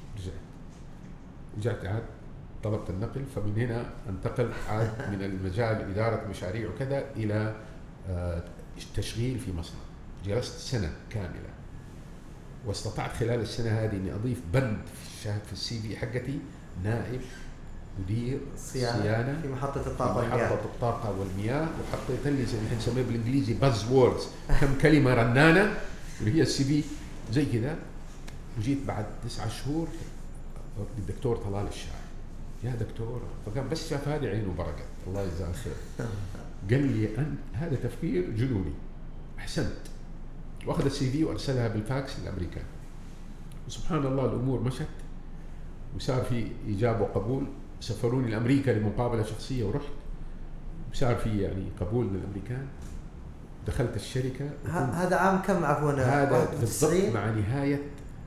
رجعت عاد طلبت النقل. فمن هنا انتقل عاد من المجال إدارة مشاريع وكذا إلى التشغيل في مصنع. جلست سنة كاملة واستطعت خلال السنة هذه إني أضيف بند في السي في حقتي نائب مدير صيانة في محطة الطاقة والمياه. وحطيت لي زي ما نحن نسميه بالإنجليزي باز ووردز، كم كلمة رنانة اللي هي السي في زي كذا. وجيت بعد 9 شهور للدكتور طلال الشاعر، يا دكتور، فقام بس شاف هذه عينه بركت الله يجزاه الخير. قال لي هذا تفكير جنوني، أحسنت. وأخذ السي في وأرسلها بالفاكس للأمريكان. وسبحان الله الأمور مشت وصار في إجابة وقبول. سفروني لأمريكا لمقابلة شخصية ورحت، وصار في يعني قبول من الأمريكان. دخلت الشركة. هذا عام كم عفوا؟ هذا بالضبط مع نهاية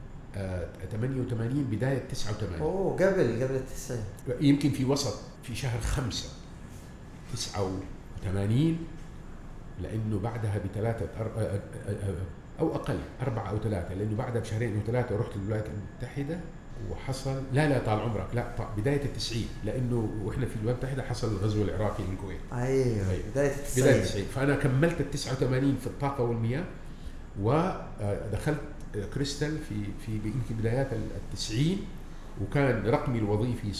88 بداية 89. قبل 90 يمكن في وسط في شهر 5 89، لأنه بعدها ب3 أو أقل 4 أو 3، لأنه بعدها بشهرين أو 3 رحت للولايات المتحدة وحصل لا طال عمرك بداية 90، لأنه وإحنا في الولايات المتحدة حصل الغزو العراقي للكويت. أيوة. بداية 90. فأنا كملت 89 في الطاقة والمياه، ودخلت كريستال في يمكن بدايات 90، وكان رقمي الوظيفي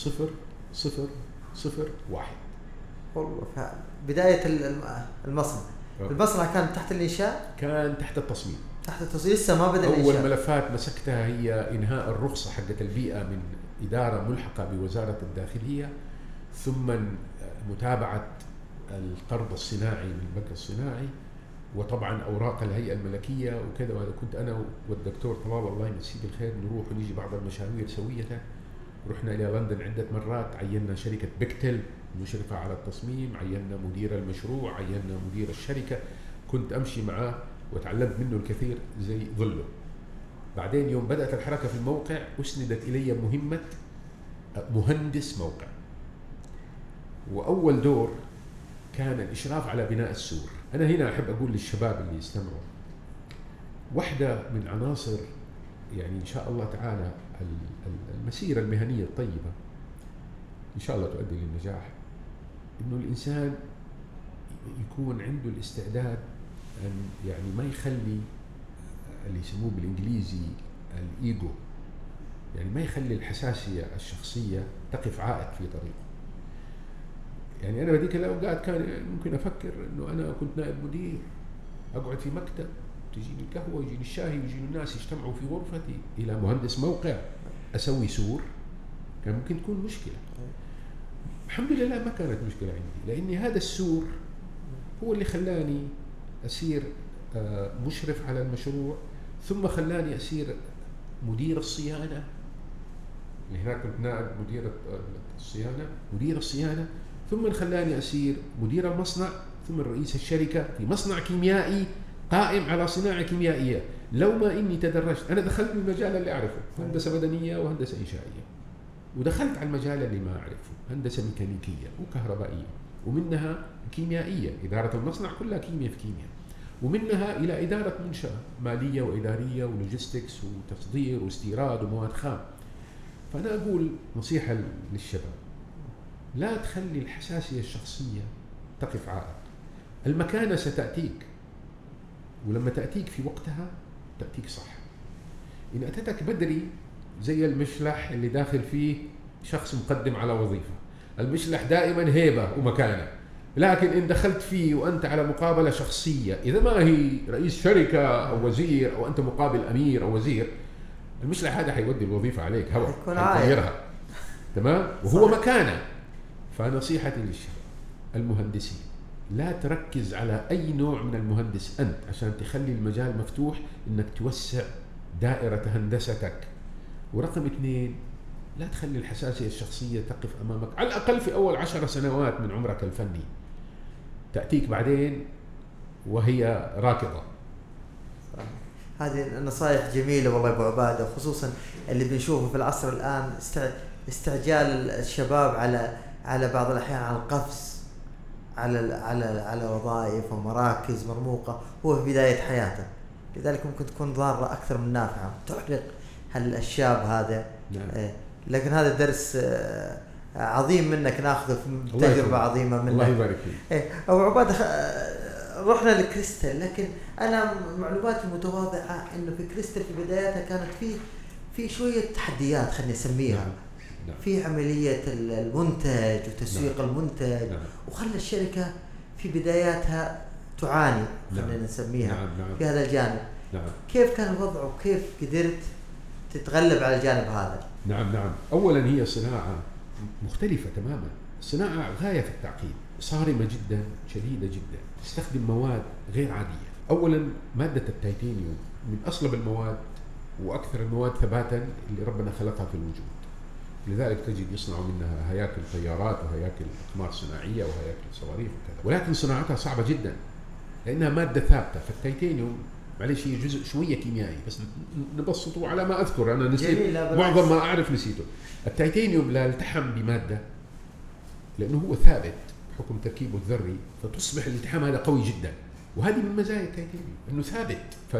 0001. والله بداية المصنع. المصنع كان تحت الإنشاء؟ كان تحت التصميم. لسه ما بدأ الإنشاء. أول ملفات مسكتها هي إنهاء الرخصة حقت البيئة من إدارة ملحقة بوزارة الداخلية، ثم متابعة القرض الصناعي من البنك الصناعي، وطبعا أوراق الهيئة الملكية وكذا. وهذا كنت أنا والدكتور طلال الله يمسيه بالخير نروح ونيجي بعض المشاوير سوية. رحنا إلى لندن عدة مرات، عيننا شركة بيكتل مشرفة على التصميم، عيننا مدير المشروع، عيننا مدير الشركة، كنت أمشي معاه وتعلمت منه الكثير زي ظله. بعدين يوم بدأت الحركة في الموقع أسندت إلي مهمة مهندس موقع، وأول دور كان الإشراف على بناء السور. أنا هنا أحب أقول للشباب اللي يستمعوا، واحدة من عناصر يعني إن شاء الله تعالى المسيرة المهنية الطيبة إن شاء الله تؤدي للنجاح، إنه الإنسان يكون عنده الاستعداد أن يعني ما يخلي اللي يسموه بالإنجليزي الإيجو، يعني ما يخلي الحساسية الشخصية تقف عائق في طريقه. يعني أنا بهذيك الأوقات كان ممكن أفكر إنه أنا كنت نائب مدير، أقعد في مكتب، تجيني القهوة يجيني الشاي ويجيني الناس يجتمعوا في غرفتي، إلى مهندس موقع أسوي سور، كان ممكن تكون مشكلة. الحمد لله ما كانت مشكلة عندي، لأني هذا السور هو اللي خلاني أصير مشرف على المشروع، ثم خلاني أصير مدير الصيانة. هناك كنت نائب مدير الصيانة، ثم خلاني أصير مدير المصنع، ثم رئيس الشركة في مصنع كيميائي قائم على صناعة كيميائية. لو ما إني تدرجت، أنا دخلت المجال اللي أعرفه، هندسة مدنية وهندسة إنشائية، ودخلت على المجال اللي ما أعرفه، هندسة ميكانيكية وكهربائية، ومنها كيميائية، إدارة المصنع كلها كيمياء في كيمياء، ومنها إلى إدارة منشأة مالية وإدارية ولوجستكس وتصدير واستيراد ومواد خام. فأنا أقول نصيحة للشباب، لا تخلي الحساسية الشخصية تقف عائق. المكانة ستأتيك، ولما تأتيك في وقتها تأتيك صح. إن أتتك بدري زي المشلح اللي داخل فيه شخص مقدم على وظيفة، المشلح دائما هيبة ومكانة، لكن إن دخلت فيه وأنت على مقابلة شخصية، إذا ما هي رئيس شركة أو وزير أو أنت مقابل أمير أو وزير، المشلح هذا حيودي الوظيفة عليك هوا، حيغيرها، تمام؟ وهو صح. مكانة. فنصيحتي للشباب المهندسين، لا تركز على أي نوع من المهندس أنت عشان تخلي المجال مفتوح إنك توسع دائرة هندستك. ورقم 2، لا تخلي الحساسية الشخصية تقف أمامك، على الأقل في أول 10 سنوات من عمرك الفني، تأتيك بعدين وهي راكضة. هذه النصائح جميلة والله أبو عبادة، خصوصا اللي بنشوفه في العصر الآن، استعجال الشباب على بعض الأحيان على القفز على وظائف ومراكز مرموقة هو في بداية حياته، لذلك ممكن تكون ضارة أكثر من نافعة، تحرق الشاب هذا. نعم. لكن هذا درس عظيم منك ناخذه في تجربة عظيمة منك. الله يبارك فيك. أبو عبادة، رحنا لكريستال، لكن أنا معلوماتي متواضعة إنه في كريستال في بداياتها كانت في شوية تحديات خلينا نسميها. نعم. في عملية المنتج وتسويق. نعم. المنتج. نعم. وخلى الشركة في بداياتها تعاني خلينا نسميها. نعم. نعم. في هذا الجانب. نعم. كيف كان الوضع وكيف قدرت تتغلب على الجانب هذا؟ نعم. أولا هي صناعة مختلفة تماما، صناعة غاية في التعقيد، صارمة جدا، شديدة جدا، تستخدم مواد غير عادية. أولا مادة التيتانيوم من أصلب المواد وأكثر المواد ثباتا اللي ربنا خلقها في الوجود، لذلك تجد يصنعوا منها هياكل طيارات وهياكل أقمار صناعية وهياكل صواريخ وكذا، ولكن صناعتها صعبة جدا لأنها مادة ثابتة. فالتيتانيوم معلش هي جزء شوية كيميائي، بس نبسطه على ما أذكر، أنا نسيت معظم ما أعرف نسيته. التيتانيوم لا يلتحم بمادة لأنه هو ثابت بحكم تركيبه الذري، فتصبح الالتحام هذا قوي جدا، وهذه من مزايا التيتانيوم أنه ثابت.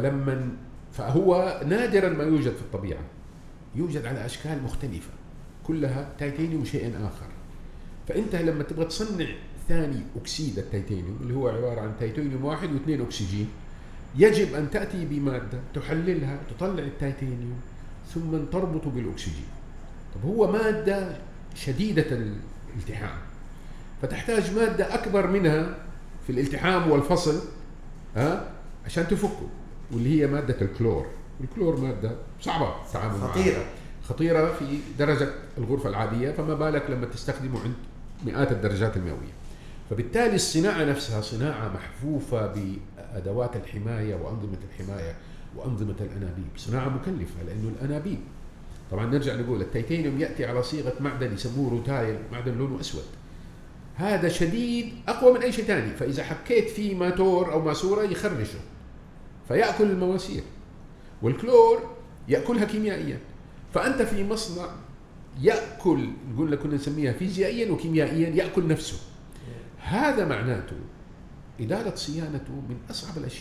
فهو نادرا ما يوجد في الطبيعة، يوجد على أشكال مختلفة كلها تيتانيوم شيء آخر. فأنت لما تبغى تصنع ثاني أكسيد التيتانيوم اللي هو عبارة عن تيتانيوم 1 و2 أكسجين، يجب أن تأتي بمادة تحللها تطلع التيتانيوم ثم تربط بالأكسجين. طب هو مادة شديدة الالتحام، فتحتاج مادة أكبر منها في الالتحام والفصل عشان تفكه، واللي هي مادة الكلور. الكلور مادة صعبة التعامل معها، خطيرة في درجة الغرفة العادية، فما بالك لما تستخدمه عند مئات الدرجات المئوية. فبالتالي الصناعة نفسها صناعة محفوفة بأدوات الحماية وأنظمة الحماية وأنظمة الأنابيب، صناعة مكلفة لأنه الأنابيب طبعا نرجع نقول التيتانيوم يأتي على صيغة معدن يسموه روتايل، معدن لونه أسود، هذا شديد أقوى من أي شيء تاني، فإذا حكيت فيه ماتور أو ماسورة يخرشه فيأكل المواسير، والكلور يأكلها كيميائيا. فأنت في مصنع يأكل، نقول لك كنا نسميها فيزيائيا وكيميائيا، يأكل نفسه. هذا معناته إدارة صيانته من أصعب الأشياء،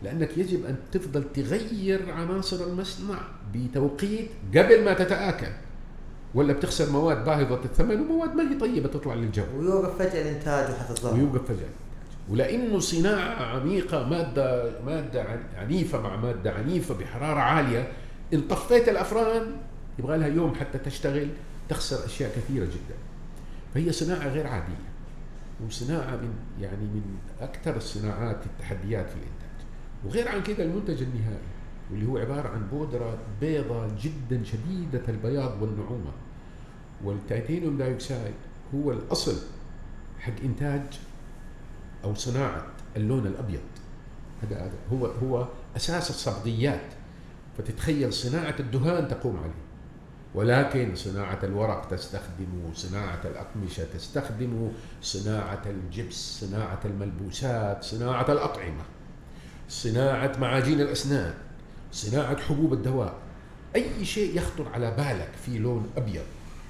لأنك يجب أن تفضل تغير عناصر المصنع بتوقيت قبل ما تتآكل، ولا بتخسر مواد باهظة الثمن ومواد ما هي طيبة تطلع للجو، ويوقف فجأة الإنتاج وحتتضرر. ويوقف فجأة. ولأنه صناعة عميقة، مادة عنيفة مع مادة عنيفة بحرارة عالية، إن طفيت الأفران يبغى لها يوم حتى تشتغل، تخسر أشياء كثيرة جدا. فهي صناعة غير عادية، وصناعة من أكثر الصناعات التحديات في الإنتاج. وغير عن كده المنتج النهائي واللي هو عبارة عن بودرة بيضة جدا شديدة البياض والنعومة، والتيتانيوم دايوكسيد هو الأصل حق إنتاج أو صناعة اللون الأبيض. هذا هو أساس الصبغيات. فتتخيل صناعة الدهان تقوم عليه، ولكن صناعة الورق تستخدمه، صناعة الأقمشة تستخدمه، صناعة الجبس، صناعة الملبوسات، صناعة الأطعمة، صناعة معاجين الأسنان، صناعة حبوب الدواء، أي شيء يخطر على بالك في لون أبيض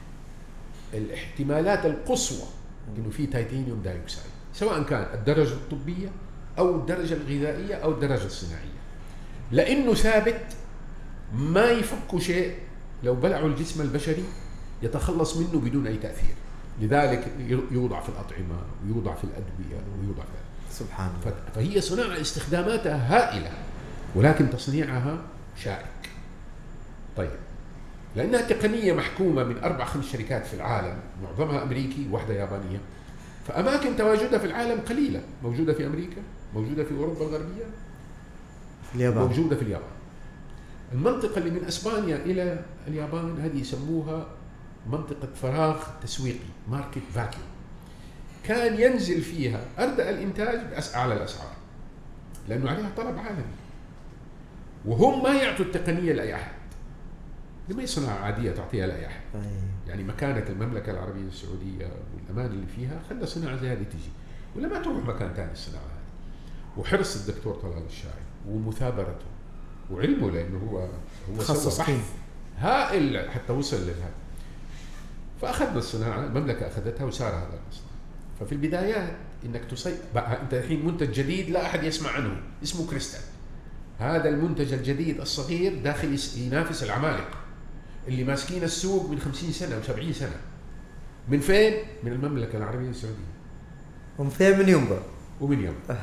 الاحتمالات القصوى إنه في تيتانيوم دايوكسيد، سواء كان الدرجة الطبية أو الدرجة الغذائية أو الدرجة الصناعية، لأنه ثابت ما يفكوا شيء لو بلعوا الجسم البشري يتخلص منه بدون أي تأثير. لذلك يوضع في الأطعمة ويوضع في الأدوية ويوضع في سبحان الله. فهي صناعة استخداماتها هائلة، ولكن تصنيعها شائك. طيب، لأنها تقنية محكومة من 4-5 شركات في العالم، معظمها أمريكي وواحدة يابانية، فأماكن تواجدها في العالم قليلة، موجودة في أمريكا، موجودة في أوروبا الغربية، موجودة في اليابان. المنطقة اللي من أسبانيا إلى اليابان هذه يسموها منطقة فراغ تسويقي، ماركت فاكيوم. كان ينزل فيها أردأ الإنتاج بأعلى الأسعار لأنه عليها طلب عالمي، وهم ما يعطوا التقنية لأي أحد. لما صناعة عادية تعطيها لأي أحد. يعني مكانة المملكة العربية السعودية والأمان اللي فيها خلى صناعة زي هذه تجي، ولا ما تروح مكان ثاني الصناعة هذه. وحرص الدكتور طلال الشاعري ومثابرته وعلمه، لأنه هو سوى بحث هائل حتى وصل لهذا. فأخذنا الصناعة، المملكة أخذتها وصار هذا المصنع. ففي البدايات إنك أنت الحين منتج جديد لا أحد يسمع عنه اسمه كريستال. هذا المنتج الجديد الصغير داخل ينافس العمالقة اللي ماسكين السوق من 50 سنة و70 سنة. من فين؟ من المملكة العربية السعودية. ومن فين؟ من ينبع. ومن ينبع.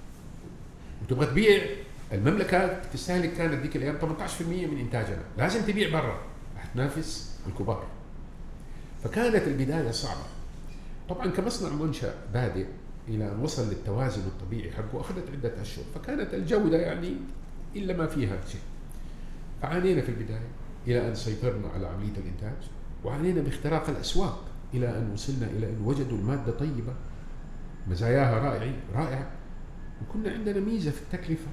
وتبغى تبيع، المملكة تستهلك كانت ذيك الأيام 18% من إنتاجنا، لازم تبيع برا حتنافس الكبار. فكانت البداية صعبة. طبعا كمصنع منشأ بادئ إلى أن وصل للتوازن الطبيعي حقه أخذت عدة أشهر، فكانت الجودة يعني إلا ما فيها شيء. فعانينا في البداية إلى أن سيطرنا على عملية الإنتاج، وعانينا باختراق الأسواق إلى أن وصلنا إلى أن وجدوا المادة طيبة مزاياها رائعة، وكنا عندنا ميزة في التكلفة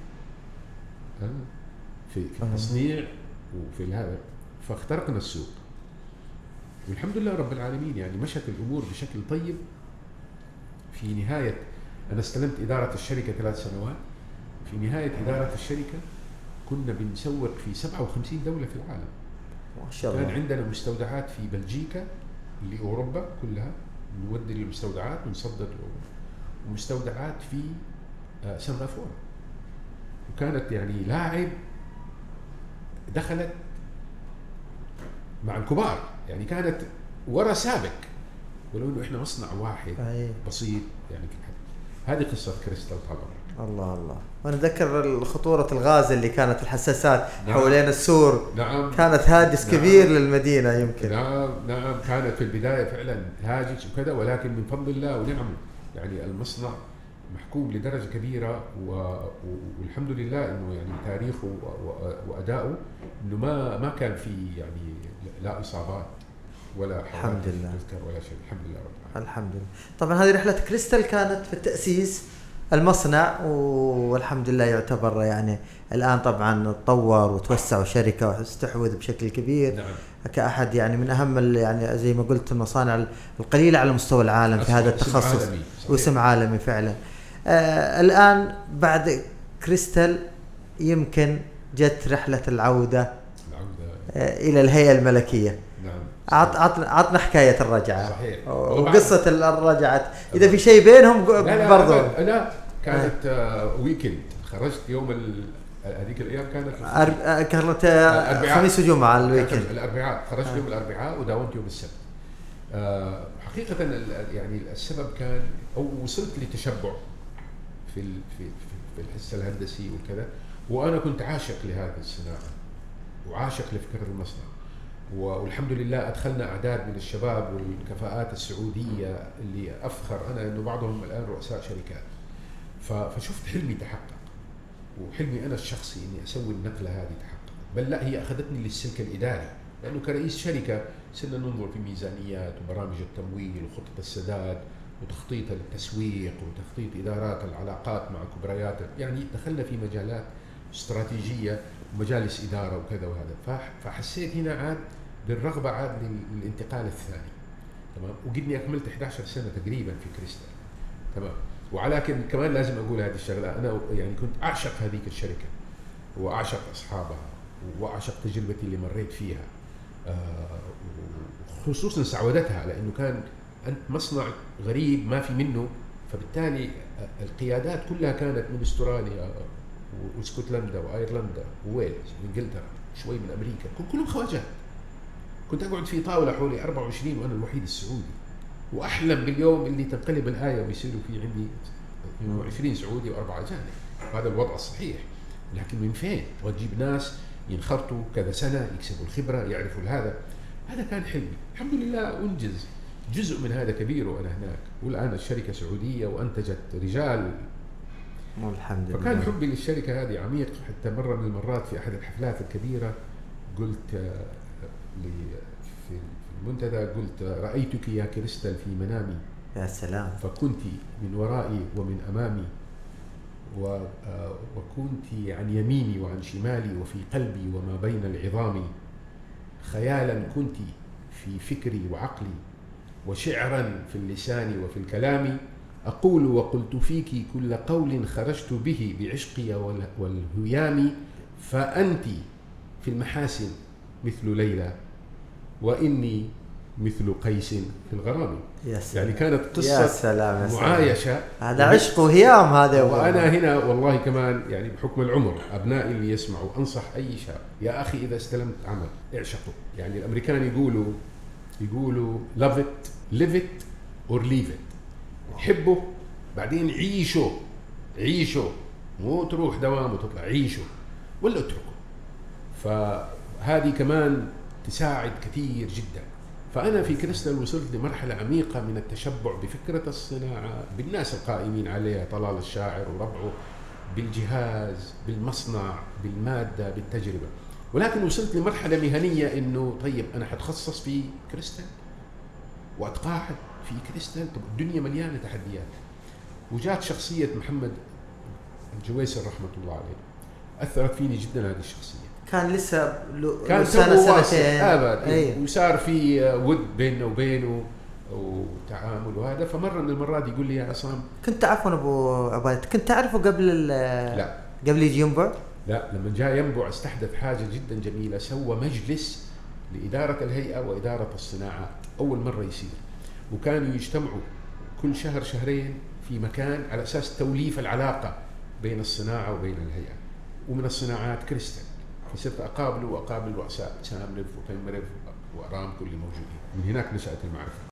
في التصنيع وفي هذا، فاخترقنا السوق. والحمد لله رب العالمين يعني مشت الأمور بشكل طيب. في نهاية أنا استلمت إدارة الشركة 3 سنوات، في نهاية إدارة الشركة كنا بنسوق في 57 دولة في العالم. ما شاء الله. كان عندنا مستودعات في بلجيكا لأوروبا كلها، نودي المستودعات ونصدر، ومستودعات في سنغافورة. وكانت يعني لاعب دخلت مع الكبار، يعني كانت ورا سابق، ولو انه احنا مصنع واحد بسيط يعني كده. هذه قصة كريستال طبعا. الله. وانا اتذكر خطورة الغاز اللي كانت الحساسات حوالين السور. نعم. كانت هاجس كبير للمدينة يمكن. نعم كانت في البداية فعلا هاجس وكذا، ولكن من فضل الله ونعمه يعني المصنع محكوم لدرجة كبيرة، والحمد لله انه يعني تاريخه واداؤه انه ما كان في يعني لا اصابات ولا الحمد لله تذكر ولا شيء. الحمد لله رب العالمين. الحمد لله. طبعا هذه رحلة كريستال كانت في التأسيس المصنع، والحمد لله يعتبر يعني الآن طبعا تطور وتوسع وشركة واستحوذ بشكل كبير. نعم. كأحد يعني من أهم يعني زي ما قلت المصانع القليلة على مستوى العالم في هذا التخصص، واسم عالمي فعلا. الآن بعد كريستال يمكن جت رحلة العودة إلى الهيئة الملكية. نعم. عطنا حكاية الرجعة. صحيح. وقصة الرجعة إذا في شيء بينهم برضو. لا كانت ويكند خرجت يوم هذيك الايام كانت خميس وجمعه الويكند. الاربعاء خرجت يوم الاربعاء وداومت يوم السبت. حقيقه يعني السبب كان او وصلت لتشبع في الحس الهندسي والكذا، وانا كنت عاشق لهذه الصناعه وعاشق لفكره المصنع، والحمد لله ادخلنا اعداد من الشباب والكفاءات السعوديه اللي افخر انا انه بعضهم الان رؤساء شركات. فشفت حلمي تحقق، وحلمي انا الشخصي اني اسوي النقله هذه تحقق، بل لا هي اخذتني للسلك الاداري، لانه كرئيس شركه صرنا ننظر في ميزانيات وبرامج التمويل وخطط السداد وتخطيط التسويق وتخطيط ادارات العلاقات مع كبريات، يعني دخلنا في مجالات استراتيجيه ومجالس اداره وكذا وهذا. فحسيت هنا عاد بالرغبه عاد للانتقال الثاني، تمام. وقدني اكملت 11 سنه تقريبا في كريستال، تمام. ولكن كمان لازم اقول هذه الشغله، انا يعني كنت اعشق هذيك الشركه واعشق اصحابها واعشق تجربتي اللي مريت فيها، خصوصا سعودتها، لانه كان انت مصنع غريب ما في منه، فبالتالي القيادات كلها كانت من استراليا واسكتلندا وايرلندا وويلز وانجلترا شوي من امريكا، كلهم خواجات. كنت اقعد في طاوله حوالي 24 وانا الوحيد السعودي، واحلم باليوم اللي تنقلب الايه ويصيروا في عندي 20 سعودي و4 اجانب. هذا الوضع الصحيح، لكن من فين؟ وتجيب ناس ينخرطوا كذا سنه يكسبوا الخبره يعرفوا هذا كان حلمي. الحمد لله انجز جزء من هذا كبير وانا هناك، والان الشركه سعوديه وانتجت رجال، الحمد لله. فكان حبي للشركه هذه عميق، حتى مره من المرات في احد الحفلات الكبيره قلت في المنتدى، قلت رأيتك يا كريستال في منامي، يا سلام، فكنت من ورائي ومن أمامي، وكنت عن يميني وعن شمالي وفي قلبي وما بين العظام، خيالا كنت في فكري وعقلي، وشعرا في اللسان وفي الكلام، أقول وقلت فيك كل قول خرجت به بعشقي والهيام، فأنت في المحاسن مثل ليلى وإني مثل قيس في الغرام. يعني كانت قصة يا سلام معايشة، هذا عشق وهيام هذا. وأنا هنا والله كمان يعني بحكم العمر أبنائي اللي يسمعوا أنصح أي شاب، يا أخي إذا استلمت عمل اعشقه. يعني الأمريكان يقولوا love it live it or leave it، حبه بعدين عيشه مو تروح دوام وتطلع، عيشه ولا اتركه. فهذه كمان تساعد كثير جدا. فأنا في كريستال وصلت لمرحلة عميقة من التشبع بفكرة الصناعة، بالناس القائمين عليها، طلال الشاعر وربعه، بالجهاز، بالمصنع، بالمادة، بالتجربة. ولكن وصلت لمرحلة مهنية إنه طيب أنا حتخصص في كريستال وأتقاعد في كريستال. طب الدنيا مليانة تحديات. وجات شخصية محمد الجويسر رحمة الله عليه، أثرت فيني جدا هذه الشخصية. كان لسه كان سنتين أبد، وصار في ود بيننا وبينه وتعامل وهذا. فمرة من المرات يقول لي يا عصام، كنت عفوا أبو عباد، كنت تعرفه لا قبل يجي ينبع؟ لا، لما جاء ينبع استحدث حاجة جدا جميلة، سوى مجلس لإدارة الهيئة وإدارة الصناعات، أول مرة يصير، وكانوا يجتمعوا كل شهر شهرين في مكان على أساس توليف العلاقة بين الصناعة وبين الهيئة، ومن الصناعات كريستال. فصرت أقابل رؤساء سامرف وبيمرف وأرامكو اللي موجودين. من هناك نشأت المعرفة.